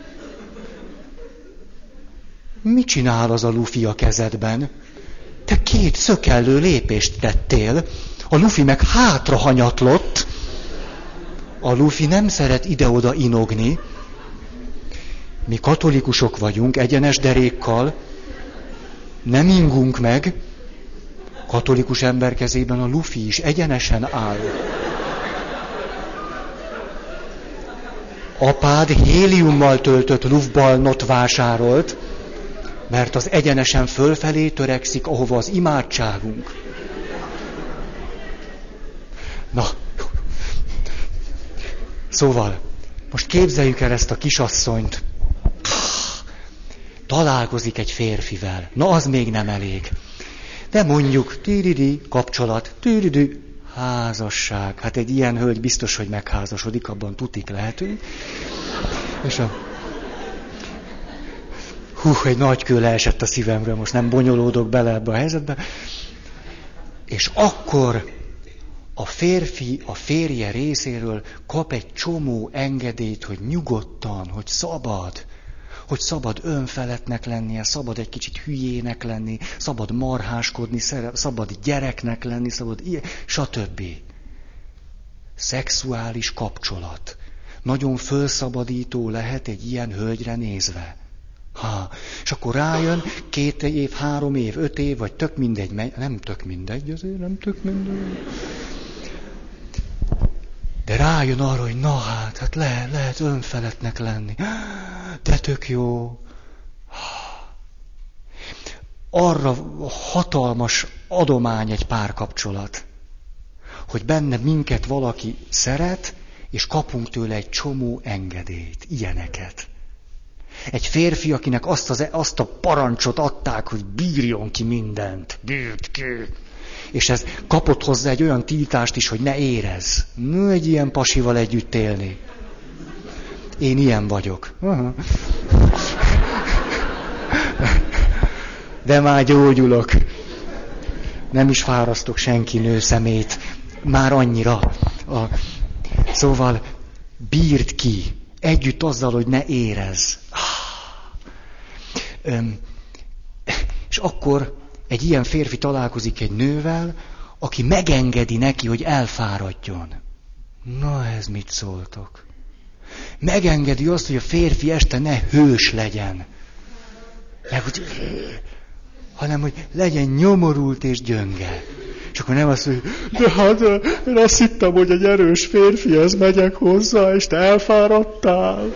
Mit csinál az a lufi a kezedben? Te 2 szökellő lépést tettél, a lufi meg hátra hanyatlott. A lufi nem szeret ide-oda inogni. Mi katolikusok vagyunk, egyenes derékkal, nem ingunk meg. Katolikus ember kezében a lufi is egyenesen áll. Apád héliummal töltött lufbalnot vásárolt, mert az egyenesen fölfelé törekszik, ahova az imádságunk. Na, szóval, most képzeljük el ezt a kisasszonyt. Találkozik egy férfivel. Na, az még nem elég. De mondjuk, kapcsolat, házasság. Hát egy ilyen hölgy biztos, hogy megházasodik, abban tutik lehetünk. És egy nagy kő leesett a szívemről, most nem bonyolódok bele ebbe a helyzetbe. És akkor a férfi a férje részéről kap egy csomó engedélyt, hogy nyugodtan, hogy szabad önfeledtnek lennie, szabad egy kicsit hülyének lenni, szabad marháskodni, szabad gyereknek lenni, stb. Szexuális kapcsolat. Nagyon fölszabadító lehet egy ilyen hölgyre nézve. És akkor rájön 2 év, 3 év, 5 év, vagy tök mindegy, nem tök mindegy azért, nem tök mindegy. De rájön arra, hogy hát lehet önfeledtnek lenni. De tök jó. Arra hatalmas adomány egy párkapcsolat, hogy benne minket valaki szeret, és kapunk tőle egy csomó engedélyt, ilyeneket. Egy férfi, akinek azt a parancsot adták, hogy bírjon ki mindent. Bírd ki. És ez kapott hozzá egy olyan tiltást is, hogy ne érezz. Egy ilyen pasival együtt élni. Én ilyen vagyok. De már gyógyulok. Nem is fárasztok senki nő szemét. Már annyira. Szóval bírd ki. Együtt azzal, hogy ne érezz. És akkor egy ilyen férfi találkozik egy nővel, aki megengedi neki, hogy elfáradjon. Na, ez mit szóltok? Megengedi azt, hogy a férfi este ne hős legyen. Hanem, hogy legyen nyomorult és gyönge. És akkor nem azt mondja, de hát én azt hittem, hogy egy erős férfihez megyek hozzá, és te elfáradtál.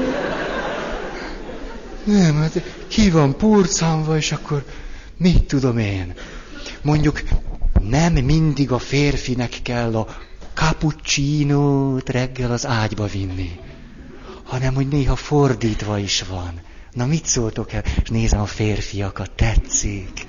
Nem, hát ki van purcanva, és akkor mit tudom én. Mondjuk nem mindig a férfinek kell a cappuccinót reggel az ágyba vinni, hanem hogy néha fordítva is van. Na mit szóltok el? És nézem a férfiakat, tetszik.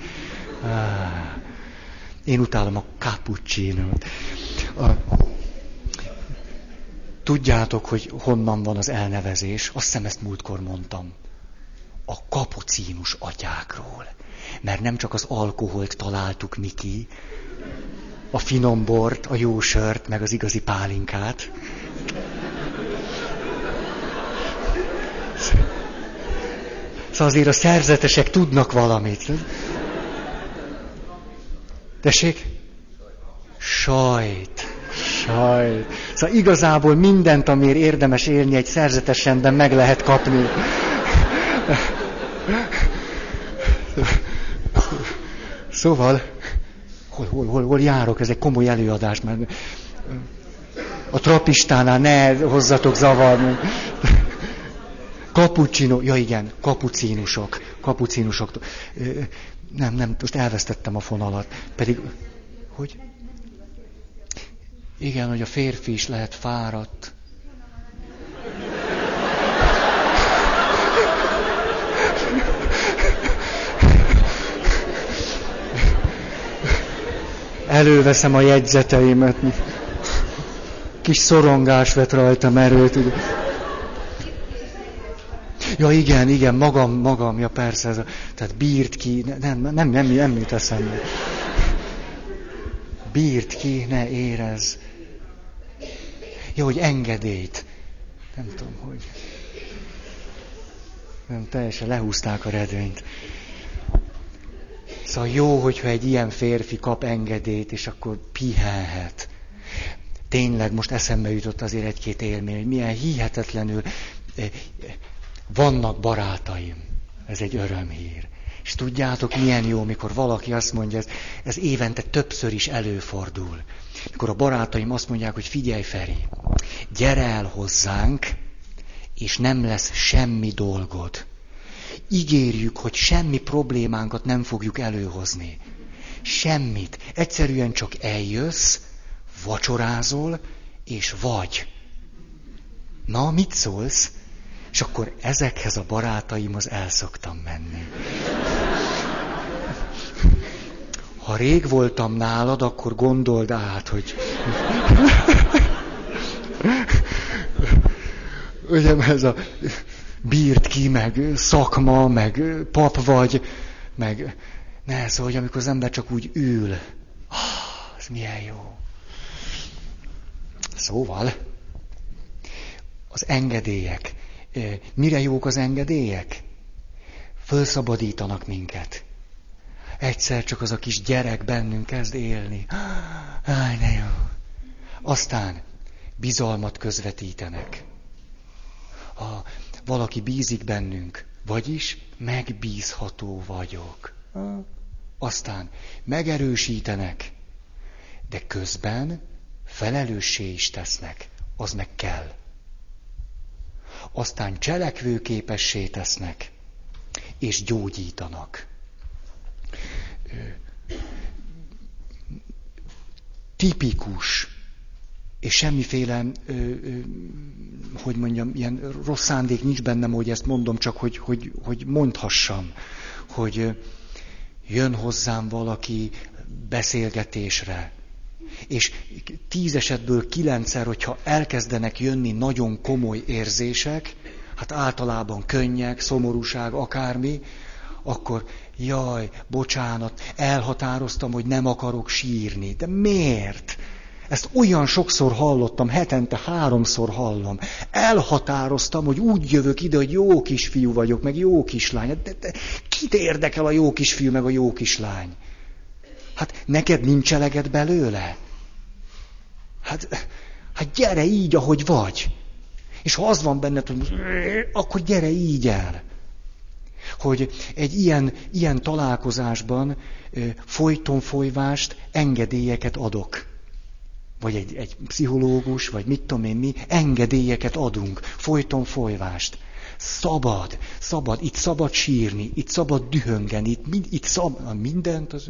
Én utálom a cappuccinót. Tudjátok, hogy honnan van az elnevezés? Azt hiszem, ezt múltkor mondtam. A kapucínus atyákról. Mert nem csak az alkoholt találtuk mi ki, a finom bort, a jó sört, meg az igazi pálinkát. Szóval azért a szerzetesek tudnak valamit. Tessék? Sajt. Szóval igazából mindent, amiért érdemes élni egy szerzetes rendben, meg lehet kapni. Szóval, hol járok? Ez egy komoly előadás, mert a trapistánál ne hozzatok zavarni. Cappuccino, ja igen, kapucínusok. Nem, most elvesztettem a fonalat. Pedig, hogy? Igen, hogy a férfi is lehet fáradt. Előveszem a jegyzeteimet. Kis szorongás vett rajtam erőt. Ja igen, magam, ja persze, tehát bírt ki, nem jut eszembe. Bírt ki, ne érez. Ja, hogy engedélyt. Nem tudom, hogy. Nem, teljesen lehúzták a redőnyt. Szóval jó, hogyha egy ilyen férfi kap engedélyt, és akkor pihenhet. Tényleg most eszembe jutott azért egy-két élmény, hogy milyen hihetetlenül vannak barátaim. Ez egy örömhír. És tudjátok, milyen jó, mikor valaki azt mondja, ez évente többször is előfordul. Mikor a barátaim azt mondják, hogy figyelj Feri, gyere el hozzánk, és nem lesz semmi dolgod. Ígérjük, hogy semmi problémánkat nem fogjuk előhozni. Semmit. Egyszerűen csak eljössz, vacsorázol, és vagy. Na, mit szólsz? És akkor ezekhez a barátaimhoz el szoktam menni. Ha rég voltam nálad, akkor gondold át, hogy... Ugye ez a bírt ki, meg szakma, meg pap vagy, meg... Ne, szóval, hogy amikor az ember csak úgy ül. Ez milyen jó. Szóval, az engedélyek. Mire jók az engedélyek? Fölszabadítanak minket. Egyszer csak az a kis gyerek bennünk kezd élni. Áj, ne jó. Aztán bizalmat közvetítenek. Valaki bízik bennünk, vagyis megbízható vagyok. Aztán megerősítenek, de közben felelőssé is tesznek, az meg kell. Aztán cselekvőképessé tesznek, és gyógyítanak. Tipikus, és semmiféle, hogy mondjam, ilyen rossz szándék nincs bennem, hogy ezt mondom, csak hogy mondhassam, hogy jön hozzám valaki beszélgetésre, és 10 esetből 9-szer, hogyha elkezdenek jönni nagyon komoly érzések, hát általában könnyek, szomorúság, akármi, akkor jaj, bocsánat, elhatároztam, hogy nem akarok sírni. De miért? Ezt olyan sokszor hallottam, hetente 3-szor hallom. Elhatároztam, hogy úgy jövök ide, hogy jó kisfiú vagyok, meg jó kislány. De kit érdekel a jó kisfiú, meg a jó kislány? Hát neked nincs eleged belőle? Hát gyere így, ahogy vagy. És ha az van benned, hogy akkor gyere így el. Hogy egy ilyen találkozásban folyton folyvást, engedélyeket adok. Vagy egy pszichológus, vagy mit tudom én mi, engedélyeket adunk, folyton folyvást. Szabad, itt szabad sírni, itt szabad dühöngeni, itt szabad, mindent az...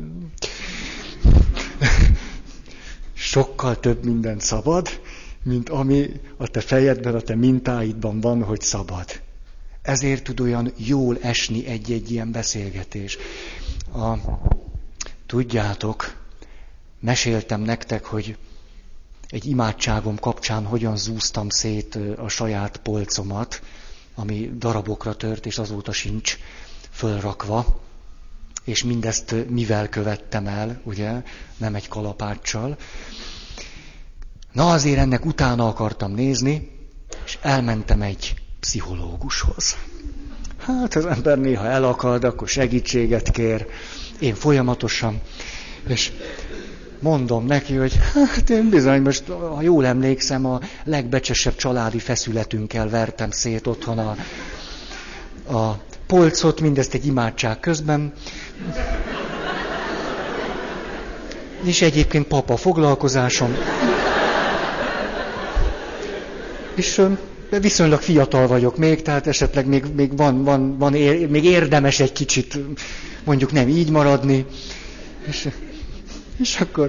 Sokkal több mindent szabad, mint ami a te fejedben, a te mintáidban van, hogy szabad. Ezért tud olyan jól esni egy-egy ilyen beszélgetés. Tudjátok, meséltem nektek, hogy egy imádságom kapcsán hogyan zúztam szét a saját polcomat, ami darabokra tört, és azóta sincs fölrakva. És mindezt mivel követtem el, ugye, nem egy kalapáccsal. Na azért ennek utána akartam nézni, és elmentem egy pszichológushoz. Hát az ember néha elakad, akkor segítséget kér. Én folyamatosan. És mondom neki, hogy hát én bizony most, ha jól emlékszem, a legbecsesebb családi feszületünkkel vertem szét otthon a polcot, mindezt egy imádság közben. És egyébként papa foglalkozásom. És viszonylag fiatal vagyok még, tehát esetleg még érdemes egy kicsit, mondjuk nem így maradni. És akkor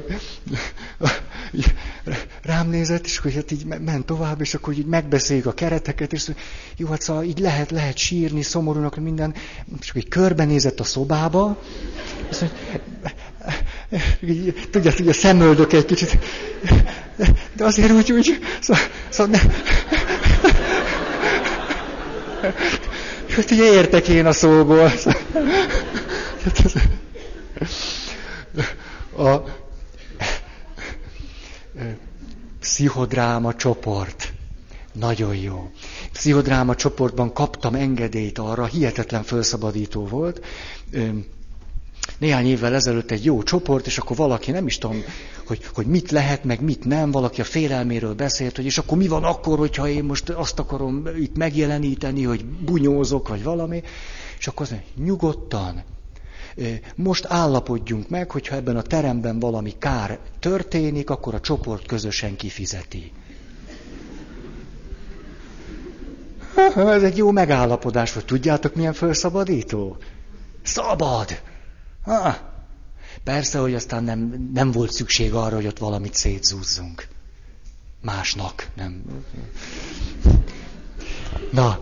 rám nézett, és hogy hát így ment tovább, és akkor így megbeszéljük a kereteket, és jó, hát szóval így lehet sírni, szomorúnak, minden, és akkor így körbenézett a szobába, és tudja, szemöldök egy kicsit, de azért úgy, szóval ne. Hát ugye értek én a szóból. A pszichodráma csoport. Nagyon jó. Pszichodráma csoportban kaptam engedélyt arra, hihetetlen felszabadító volt. Néhány évvel ezelőtt egy jó csoport, és akkor valaki, nem is tudom, hogy mit lehet, meg mit nem, valaki a félelméről beszélt, hogy és akkor mi van akkor, hogyha én most azt akarom itt megjeleníteni, hogy bunyózok, vagy valami, és akkor azt mondja, nyugodtan, most állapodjunk meg, hogyha ebben a teremben valami kár történik, akkor a csoport közösen kifizeti. Ez egy jó megállapodás, hogy tudjátok, milyen felszabadító? Szabad! Persze, hogy aztán nem volt szükség arra, hogy ott valamit szétzúzzunk. Másnak, nem. Na,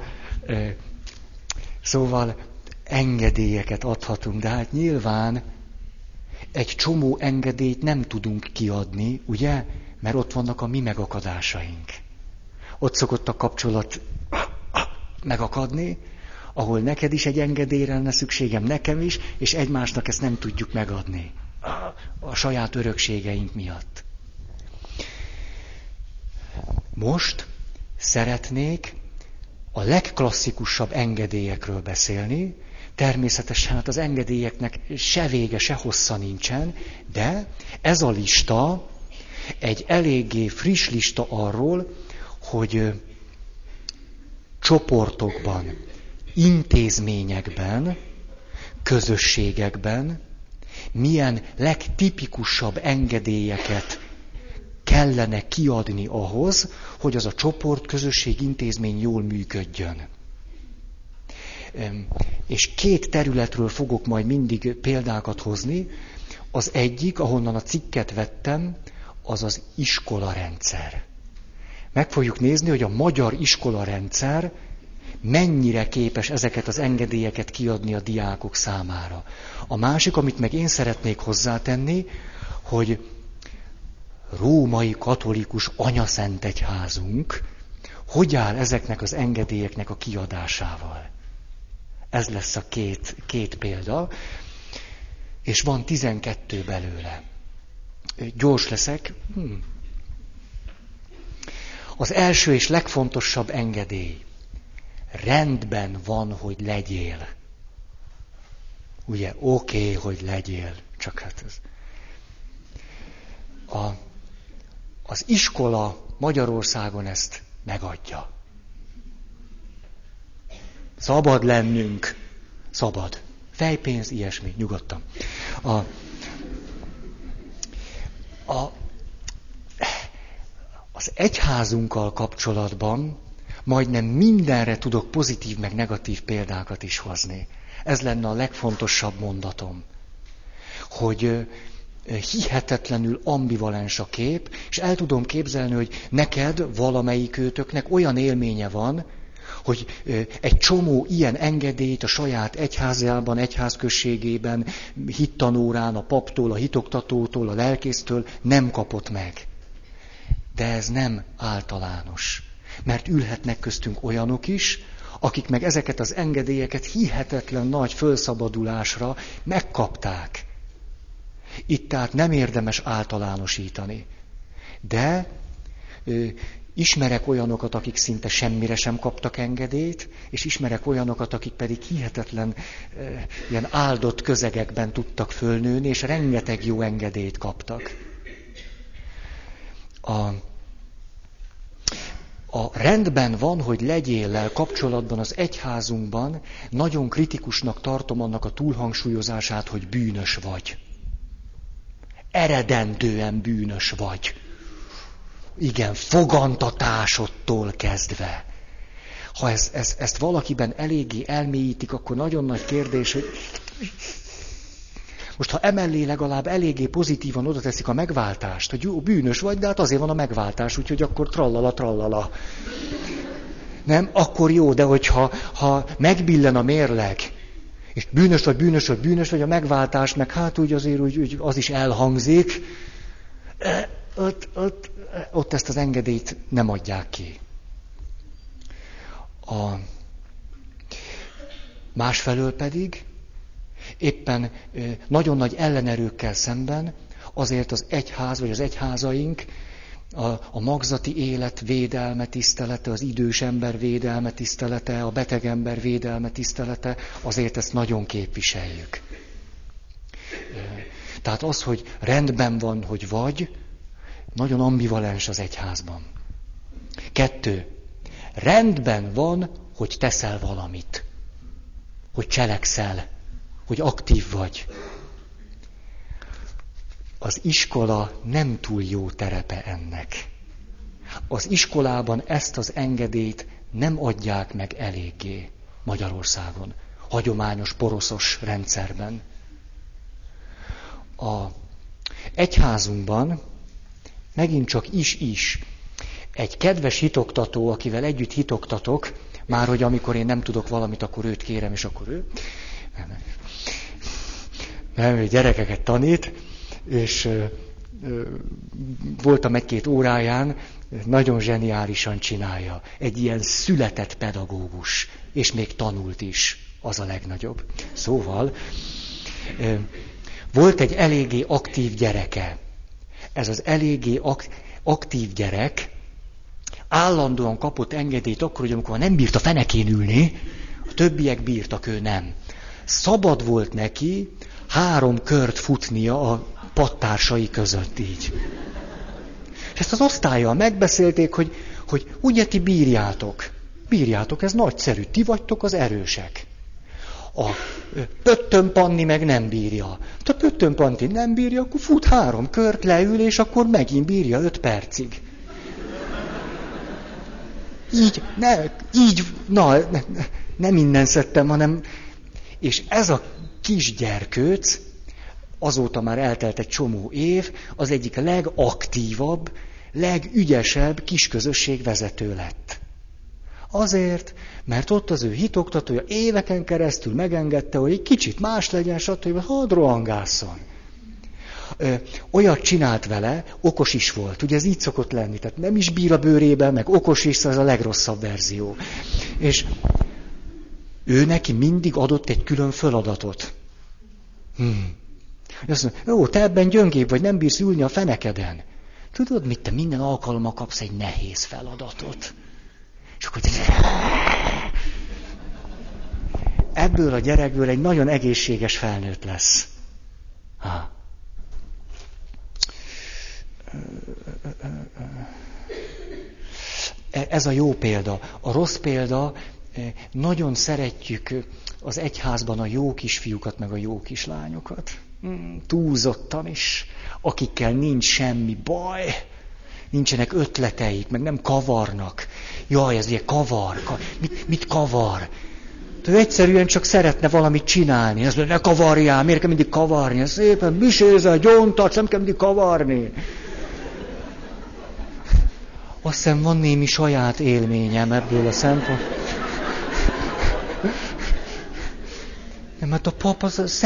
szóval engedélyeket adhatunk, de hát nyilván egy csomó engedélyt nem tudunk kiadni, ugye? Mert ott vannak a mi megakadásaink. Ott szokott a kapcsolat megakadni, ahol neked is egy engedélyre lenne szükségem, nekem is, és egymásnak ezt nem tudjuk megadni. A saját örökségeink miatt. Most szeretnék a legklasszikusabb engedélyekről beszélni. Természetesen hát az engedélyeknek se vége, se hossza nincsen, de ez a lista egy eléggé friss lista arról, hogy csoportokban, intézményekben, közösségekben milyen legtipikusabb engedélyeket kellene kiadni ahhoz, hogy az a csoport, közösség, intézmény jól működjön. És 2 területről fogok majd mindig példákat hozni. Az egyik, ahonnan a cikket vettem, az az iskolarendszer. Meg fogjuk nézni, hogy a magyar iskolarendszer mennyire képes ezeket az engedélyeket kiadni a diákok számára. A másik, amit meg én szeretnék hozzátenni, hogy római katolikus anyaszentegyházunk hogy áll ezeknek az engedélyeknek a kiadásával. Ez lesz a két példa, és van 12 belőle. Gyors leszek. Az első és legfontosabb engedély. Rendben van, hogy legyél. Ugye, oké, hogy legyél. Csak hát ez. Az iskola Magyarországon ezt megadja. Szabad lennünk. Szabad. Fejpénz, ilyesmi, nyugodtan. Az egyházunkkal kapcsolatban majdnem mindenre tudok pozitív meg negatív példákat is hozni. Ez lenne a legfontosabb mondatom. Hogy hihetetlenül ambivalens a kép, és el tudom képzelni, hogy neked, valamelyikőtöknek olyan élménye van, hogy egy csomó ilyen engedélyt a saját egyházában, egyházközségében, hittanórán, a paptól, a hitoktatótól, a lelkésztől nem kapott meg. De ez nem általános. Mert ülhetnek köztünk olyanok is, akik meg ezeket az engedélyeket hihetetlen nagy fölszabadulásra megkapták. Itt tehát nem érdemes általánosítani. De ismerek olyanokat, akik szinte semmire sem kaptak engedélyt, és ismerek olyanokat, akik pedig hihetetlen ilyen áldott közegekben tudtak fölnőni, és rengeteg jó engedélyt kaptak. A rendben van, hogy legyéllel kapcsolatban az egyházunkban nagyon kritikusnak tartom annak a túlhangsúlyozását, hogy bűnös vagy. Eredendően bűnös vagy. Igen, fogantatásodtól kezdve. Ha ezt valakiben eléggé elmélyítik, akkor nagyon nagy kérdés, hogy most ha emellé legalább eléggé pozitívan oda teszik a megváltást, hogy jó, bűnös vagy, de hát azért van a megváltás, úgyhogy akkor trallala. Nem? Akkor jó, de hogyha megbillen a mérleg, és bűnös vagy a megváltás, meg hát úgy azért úgy az is elhangzik, ott ezt az engedélyt nem adják ki. Másfelől pedig éppen nagyon nagy ellenerőkkel szemben azért az egyház vagy az egyházaink a magzati élet védelme tisztelete, az idős ember védelme tisztelete, a beteg ember védelme tisztelete, azért ezt nagyon képviseljük. Tehát az, hogy rendben van, hogy vagy, nagyon ambivalens az egyházban. 2. Rendben van, hogy teszel valamit. Hogy cselekszel. Hogy aktív vagy. Az iskola nem túl jó terepe ennek. Az iskolában ezt az engedélyt nem adják meg eléggé Magyarországon. Hagyományos, poroszos rendszerben. A egyházunkban megint csak is. Egy kedves hitoktató, akivel együtt hitoktatok, már hogy amikor én nem tudok valamit, akkor őt kérem, és akkor ő. Nem, gyerekeket tanít, és voltam 1-2 óráján, nagyon zseniálisan csinálja. Egy ilyen született pedagógus, és még tanult is, az a legnagyobb. Szóval volt egy eléggé aktív gyereke. Ez az eléggé aktív gyerek állandóan kapott engedélyt akkor, hogy amikor nem bírt a fenekén ülni, a többiek bírtak, ő nem. Szabad volt neki 3 kört futnia a padtársai között így. És ezt az osztállyal megbeszélték, hogy ugye ti bírjátok. Bírjátok, ez nagyszerű, ti vagytok az erősek. A Pöttön Panni meg nem bírja. Ha Pöttön Panni nem bírja, akkor fut 3 kört, leül, és akkor megint bírja 5 percig. Nem innen szedtem, hanem... És ez a kis gyerkőc, azóta már eltelt egy csomó év, az egyik legaktívabb, legügyesebb kisközösség vezető lett. Azért, mert ott az ő hitoktatója éveken keresztül megengedte, hogy egy kicsit más legyen, stb. Hadd rohangásszon. Olyat csinált vele, okos is volt. Ugye ez így szokott lenni, tehát nem is bír a bőrében, meg okos is, ez a legrosszabb verzió. És ő neki mindig adott egy külön feladatot. Azt mondja, jó, te ebben gyöngébb vagy, nem bírsz ülni a fenekeden. Tudod mit, te minden alkalommal kapsz egy nehéz feladatot. És akkor ebből a gyerekből egy nagyon egészséges felnőtt lesz. Ez a jó példa. A rossz példa, nagyon szeretjük az egyházban a jó kisfiúkat, meg a jó kislányokat. Túlzottan is. Akikkel nincs semmi baj, nincsenek ötleteik, meg nem kavarnak. Jaj, ez ugye kavar. Mit kavar? Ő egyszerűen csak szeretne valamit csinálni. Azt mondja, ne kavarjál, miért kell mindig kavarni? Szépen misézel, gyóntatsz, nem kell mindig kavarni. Azt hiszem, van némi saját élményem ebből a szempontból. Nem, hát a pap az a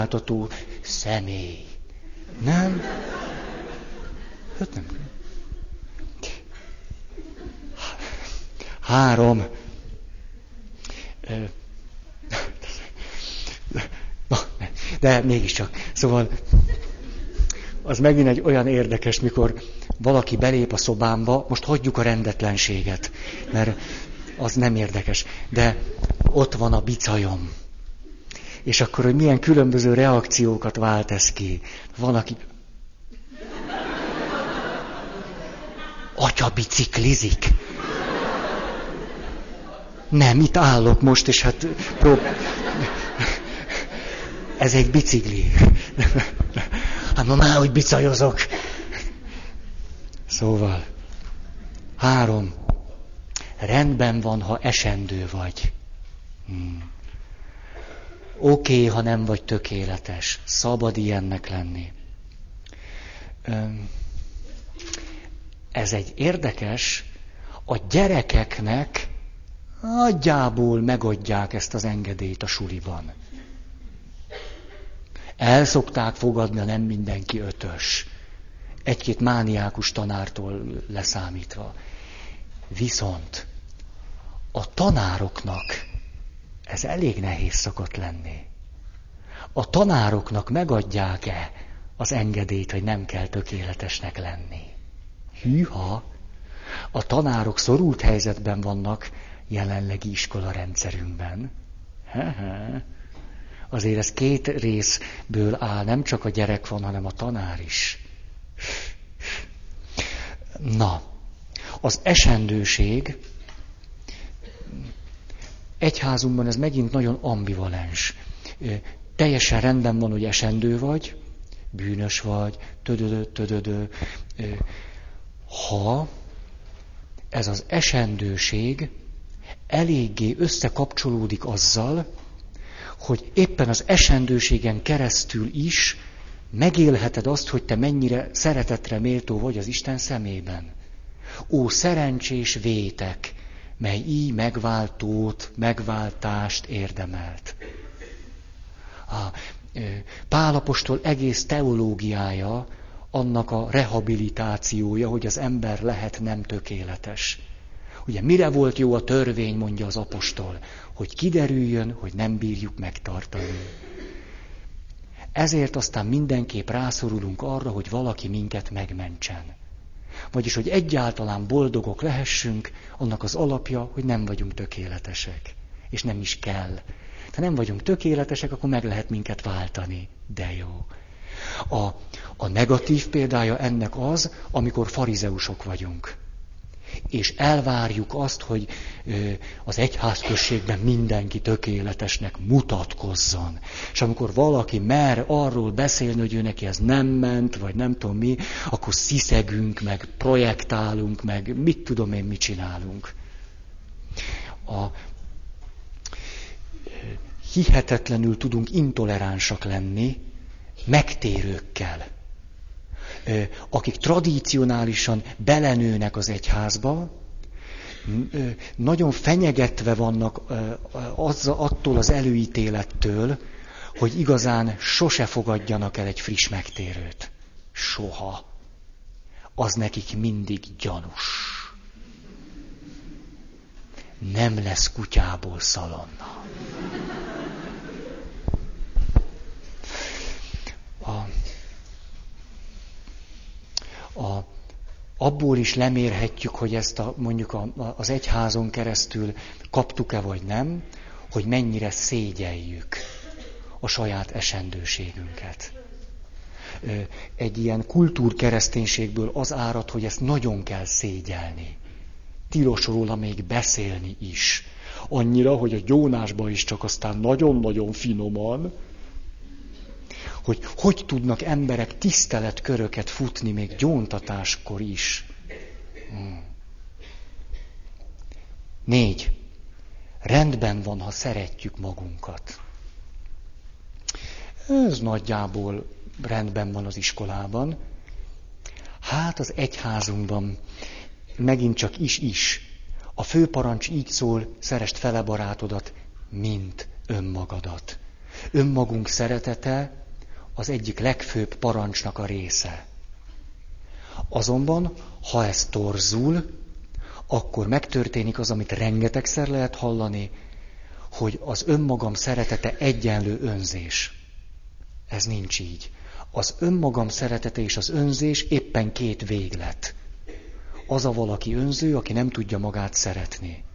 szentségkiszolgáltató személy. Nem? Hát nem. 3. De mégiscsak. Szóval az megint egy olyan érdekes, mikor valaki belép a szobámba, most hagyjuk a rendetlenséget, mert az nem érdekes, de ott van a bicajom. És akkor, hogy milyen különböző reakciókat vált ez ki. Van, aki... Atya biciklizik. Nem, itt állok most, és hát ez egy bicikli. Hát ma már, hogy bicajozok. Szóval, 3. Rendben van, ha esendő vagy. Oké, ha nem vagy tökéletes. Szabad ilyennek lenni. Ez egy érdekes, a gyerekeknek nagyjából megadják ezt az engedélyt a suliban. El szokták fogadni, nem mindenki 5-ös. 1-2 mániákus tanártól leszámítva. Viszont a tanároknak ez elég nehéz szokott lenni. A tanároknak megadják-e az engedélyt, hogy nem kell tökéletesnek lenni? Hűha! A tanárok szorult helyzetben vannak jelenlegi iskolarendszerünkben. Azért ez 2 részből áll, nem csak a gyerek van, hanem a tanár is. Na, az esendőség, egyházunkban ez megint nagyon ambivalens. Teljesen rendben van, hogy esendő vagy, bűnös vagy, tödödö. Ha ez az esendőség eléggé összekapcsolódik azzal, hogy éppen az esendőségen keresztül is megélheted azt, hogy te mennyire szeretetre méltó vagy az Isten szemében. Ó, szerencsés vétek, mely így megváltást érdemelt. Pál apostol egész teológiája annak a rehabilitációja, hogy az ember lehet nem tökéletes. Ugye mire volt jó a törvény, mondja az apostol, hogy kiderüljön, hogy nem bírjuk megtartani. Ezért aztán mindenképp rászorulunk arra, hogy valaki minket megmentsen. Vagyis, hogy egyáltalán boldogok lehessünk, annak az alapja, hogy nem vagyunk tökéletesek. És nem is kell. Ha nem vagyunk tökéletesek, akkor meg lehet minket váltani. De jó. A negatív példája ennek az, amikor farizeusok vagyunk. És elvárjuk azt, hogy az egyházközségben mindenki tökéletesnek mutatkozzon. És amikor valaki mer arról beszélni, hogy ő neki ez nem ment, vagy nem tudom mi, akkor sziszegünk, meg projektálunk, meg mit tudom én, mit csinálunk. Hihetetlenül tudunk intoleránsak lenni megtérőkkel, akik tradicionálisan belenőnek az egyházba, nagyon fenyegetve vannak attól az előítélettől, hogy igazán sose fogadjanak el egy friss megtérőt. Soha. Az nekik mindig gyanús. Nem lesz kutyából szalonna. Abból is lemérhetjük, hogy ezt mondjuk az egyházon keresztül kaptuk-e vagy nem, hogy mennyire szégyeljük a saját esendőségünket. Egy ilyen kultúrkereszténységből az árad, hogy ezt nagyon kell szégyelni. Tilos róla még beszélni is. Annyira, hogy a gyónásban is csak aztán nagyon-nagyon finoman, hogy tudnak emberek tiszteletköröket futni még gyóntatáskor is. 4. Rendben van, ha szeretjük magunkat. Ez nagyjából rendben van az iskolában. Hát az egyházunkban megint csak is. A főparancs így szól, szeresd fele barátodat, mint önmagadat. Önmagunk szeretete az egyik legfőbb parancsnak a része. Azonban, ha ez torzul, akkor megtörténik az, amit rengetegszer lehet hallani, hogy az önmagam szeretete egyenlő önzés. Ez nincs így. Az önmagam szeretete és az önzés éppen két véglet. Az a valaki önző, aki nem tudja magát szeretni.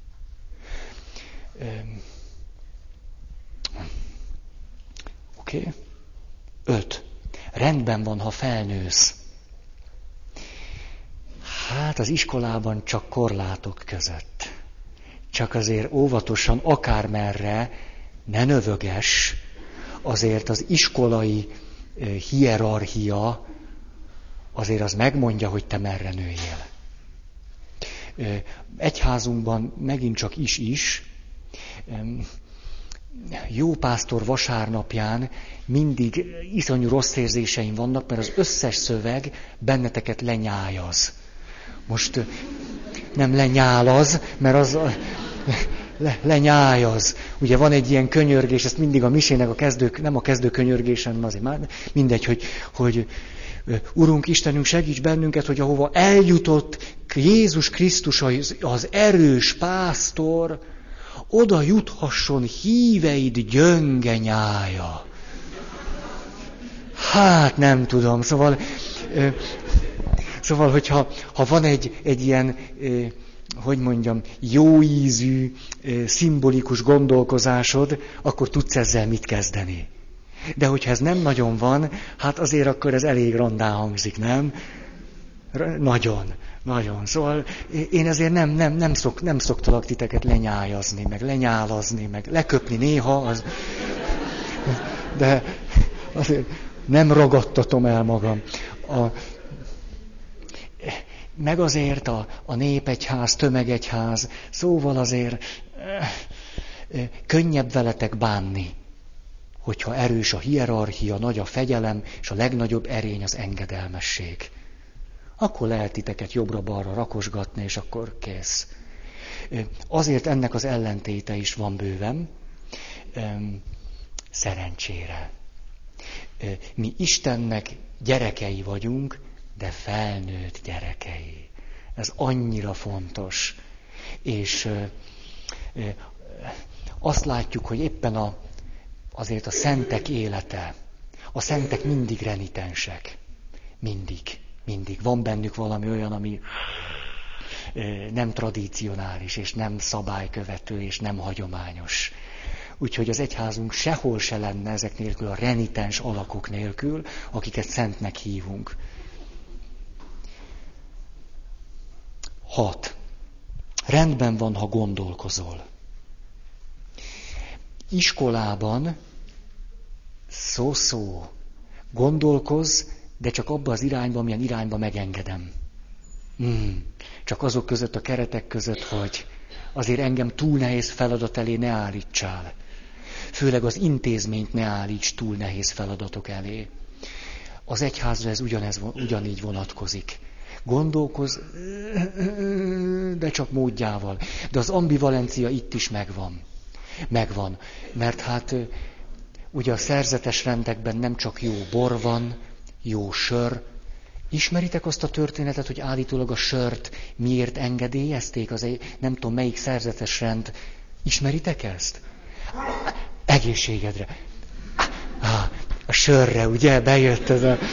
Oké. 5. Rendben van, ha felnősz. Hát az iskolában csak korlátok között. Csak azért óvatosan, akármerre, ne növöges, azért az iskolai hierarchia azért az megmondja, hogy te merre nőjél. Egyházunkban megint csak is. Jó pásztor vasárnapján mindig iszonyú rossz érzéseim vannak, mert az összes szöveg benneteket lenyájaz. Most nem lenyálaz, mert az lenyájaz. Ugye van egy ilyen könyörgés, ezt mindig a misének a kezdők, nem a kezdő könyörgésen, azért már mindegy, hogy Urunk Istenünk, segíts bennünket, hogy ahova eljutott Jézus Krisztus az erős pásztor, oda juthasson híveid gyönge nyája. Hát nem tudom, szóval hogyha van egy ilyen, hogy mondjam, jó ízű, szimbolikus gondolkozásod, akkor tudsz ezzel mit kezdeni. De hogyha ez nem nagyon van, hát azért akkor ez elég rondán hangzik, nem? Nagyon. Szóval én ezért nem szoktalak titeket lenyájazni, meg lenyálazni, meg leköpni néha, de azért nem ragadtatom el magam. Meg azért a népegyház, tömegegyház, szóval azért könnyebb veletek bánni, hogyha erős a hierarchia, nagy a fegyelem, és a legnagyobb erény az engedelmesség. Akkor lehet titeket jobbra-balra rakosgatni, és akkor kész. Azért ennek az ellentéte is van bőven, szerencsére. Mi Istennek gyerekei vagyunk, de felnőtt gyerekei. Ez annyira fontos. És azt látjuk, hogy éppen azért a szentek élete, a szentek mindig renitensek. Mindig. Van bennük valami olyan, ami nem tradicionális, és nem szabálykövető, és nem hagyományos. Úgyhogy az egyházunk sehol se lenne ezek nélkül, a renitens alakok nélkül, akiket szentnek hívunk. 6. Rendben van, ha gondolkozol. Iskolában szó, gondolkozz, de csak abba az irányba, amilyen irányba megengedem. Csak azok között, a keretek között, hogy azért engem túl nehéz feladat elé ne állítsál. Főleg az intézményt ne állíts túl nehéz feladatok elé. Az egyházra ez ugyanígy vonatkozik. Gondolkozz, de csak módjával. De az ambivalencia itt is megvan. Mert hát ugye a szerzetes rendekben nem csak jó bor van, jó sör. Ismeritek azt a történetet, hogy állítólag a sört miért engedélyezték? Nem tudom melyik szerzetes rend. Ismeritek ezt? Egészségedre. A sörre, ugye? Bejött ez a...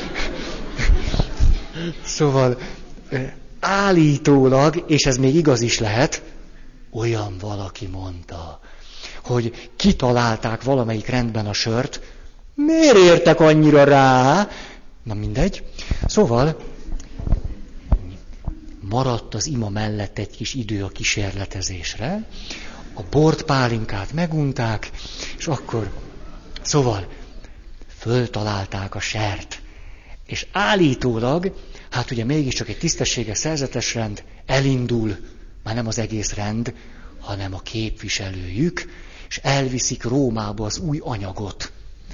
Szóval állítólag, és ez még igaz is lehet, olyan valaki mondta, hogy kitalálták valamelyik rendben a sört, miért értek annyira rá? Na mindegy. Szóval maradt az ima mellett egy kis idő a kísérletezésre, a bort, pálinkát megunták, és akkor, szóval föltalálták a sert. És állítólag, hát ugye mégiscsak egy tisztességes szerzetes rend elindul, már nem az egész rend, hanem a képviselőjük, és elviszik Rómába az új anyagot.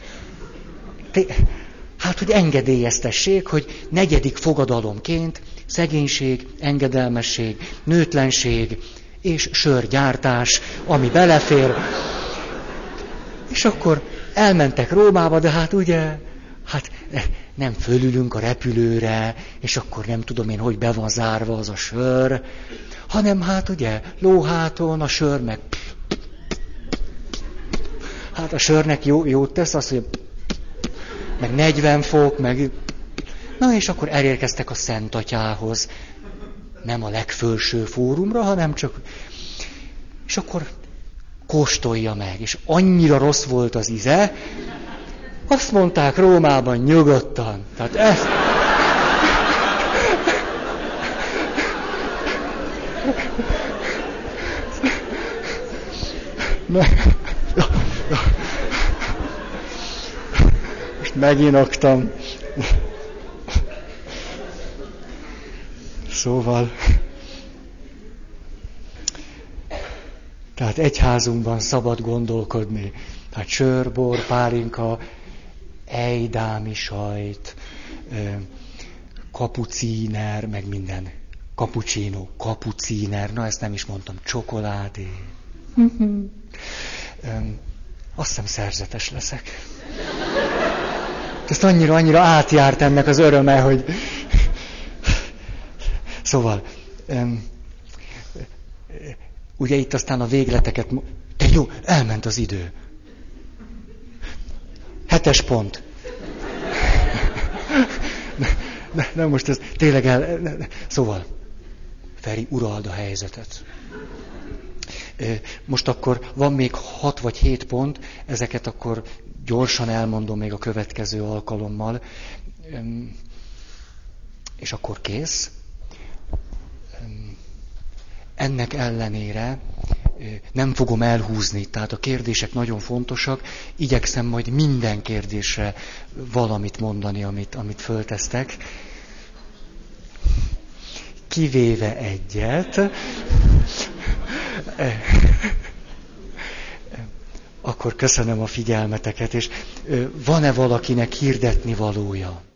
Hát, hogy engedélyeztessék, hogy 4. fogadalomként szegénység, engedelmesség, nőtlenség és sörgyártás, ami belefér. És akkor elmentek Rómába, de hát ugye, nem fölülünk a repülőre, és akkor nem tudom én, hogy be van zárva az a sör, hanem hát ugye lóháton a sör meg... Hát a sörnek jót tesz, az, hogy meg 40 fok, meg... Na és akkor elérkeztek a Szent Atyához. Nem a legfölső fórumra, hanem csak... És akkor kóstolja meg, és annyira rossz volt az íze, azt mondták Rómában nyugodtan. Tehát ezt... Most meginoktam. Szóval... Tehát egyházunkban szabad gondolkodni. Hát sör, bor, pálinka, ejdámi sajt, kapucíner, meg minden. Cappuccino, kapucíner, na ezt nem is mondtam, csokoládé. Azt hiszem szerzetes leszek. Ezt annyira átjárt ennek az öröme, hogy... Szóval... Ugye itt aztán a végleteket... De jó, elment az idő. 7. pont. Nem most ez tényleg Szóval, Feri, urald a helyzetet. Most akkor van még 6 vagy 7 pont, ezeket akkor gyorsan elmondom még a következő alkalommal. És akkor kész. Ennek ellenére nem fogom elhúzni, tehát a kérdések nagyon fontosak, igyekszem majd minden kérdésre valamit mondani, amit föltesztek, kivéve egyet. Akkor köszönöm a figyelmeteket, és van-e valakinek hirdetni valója?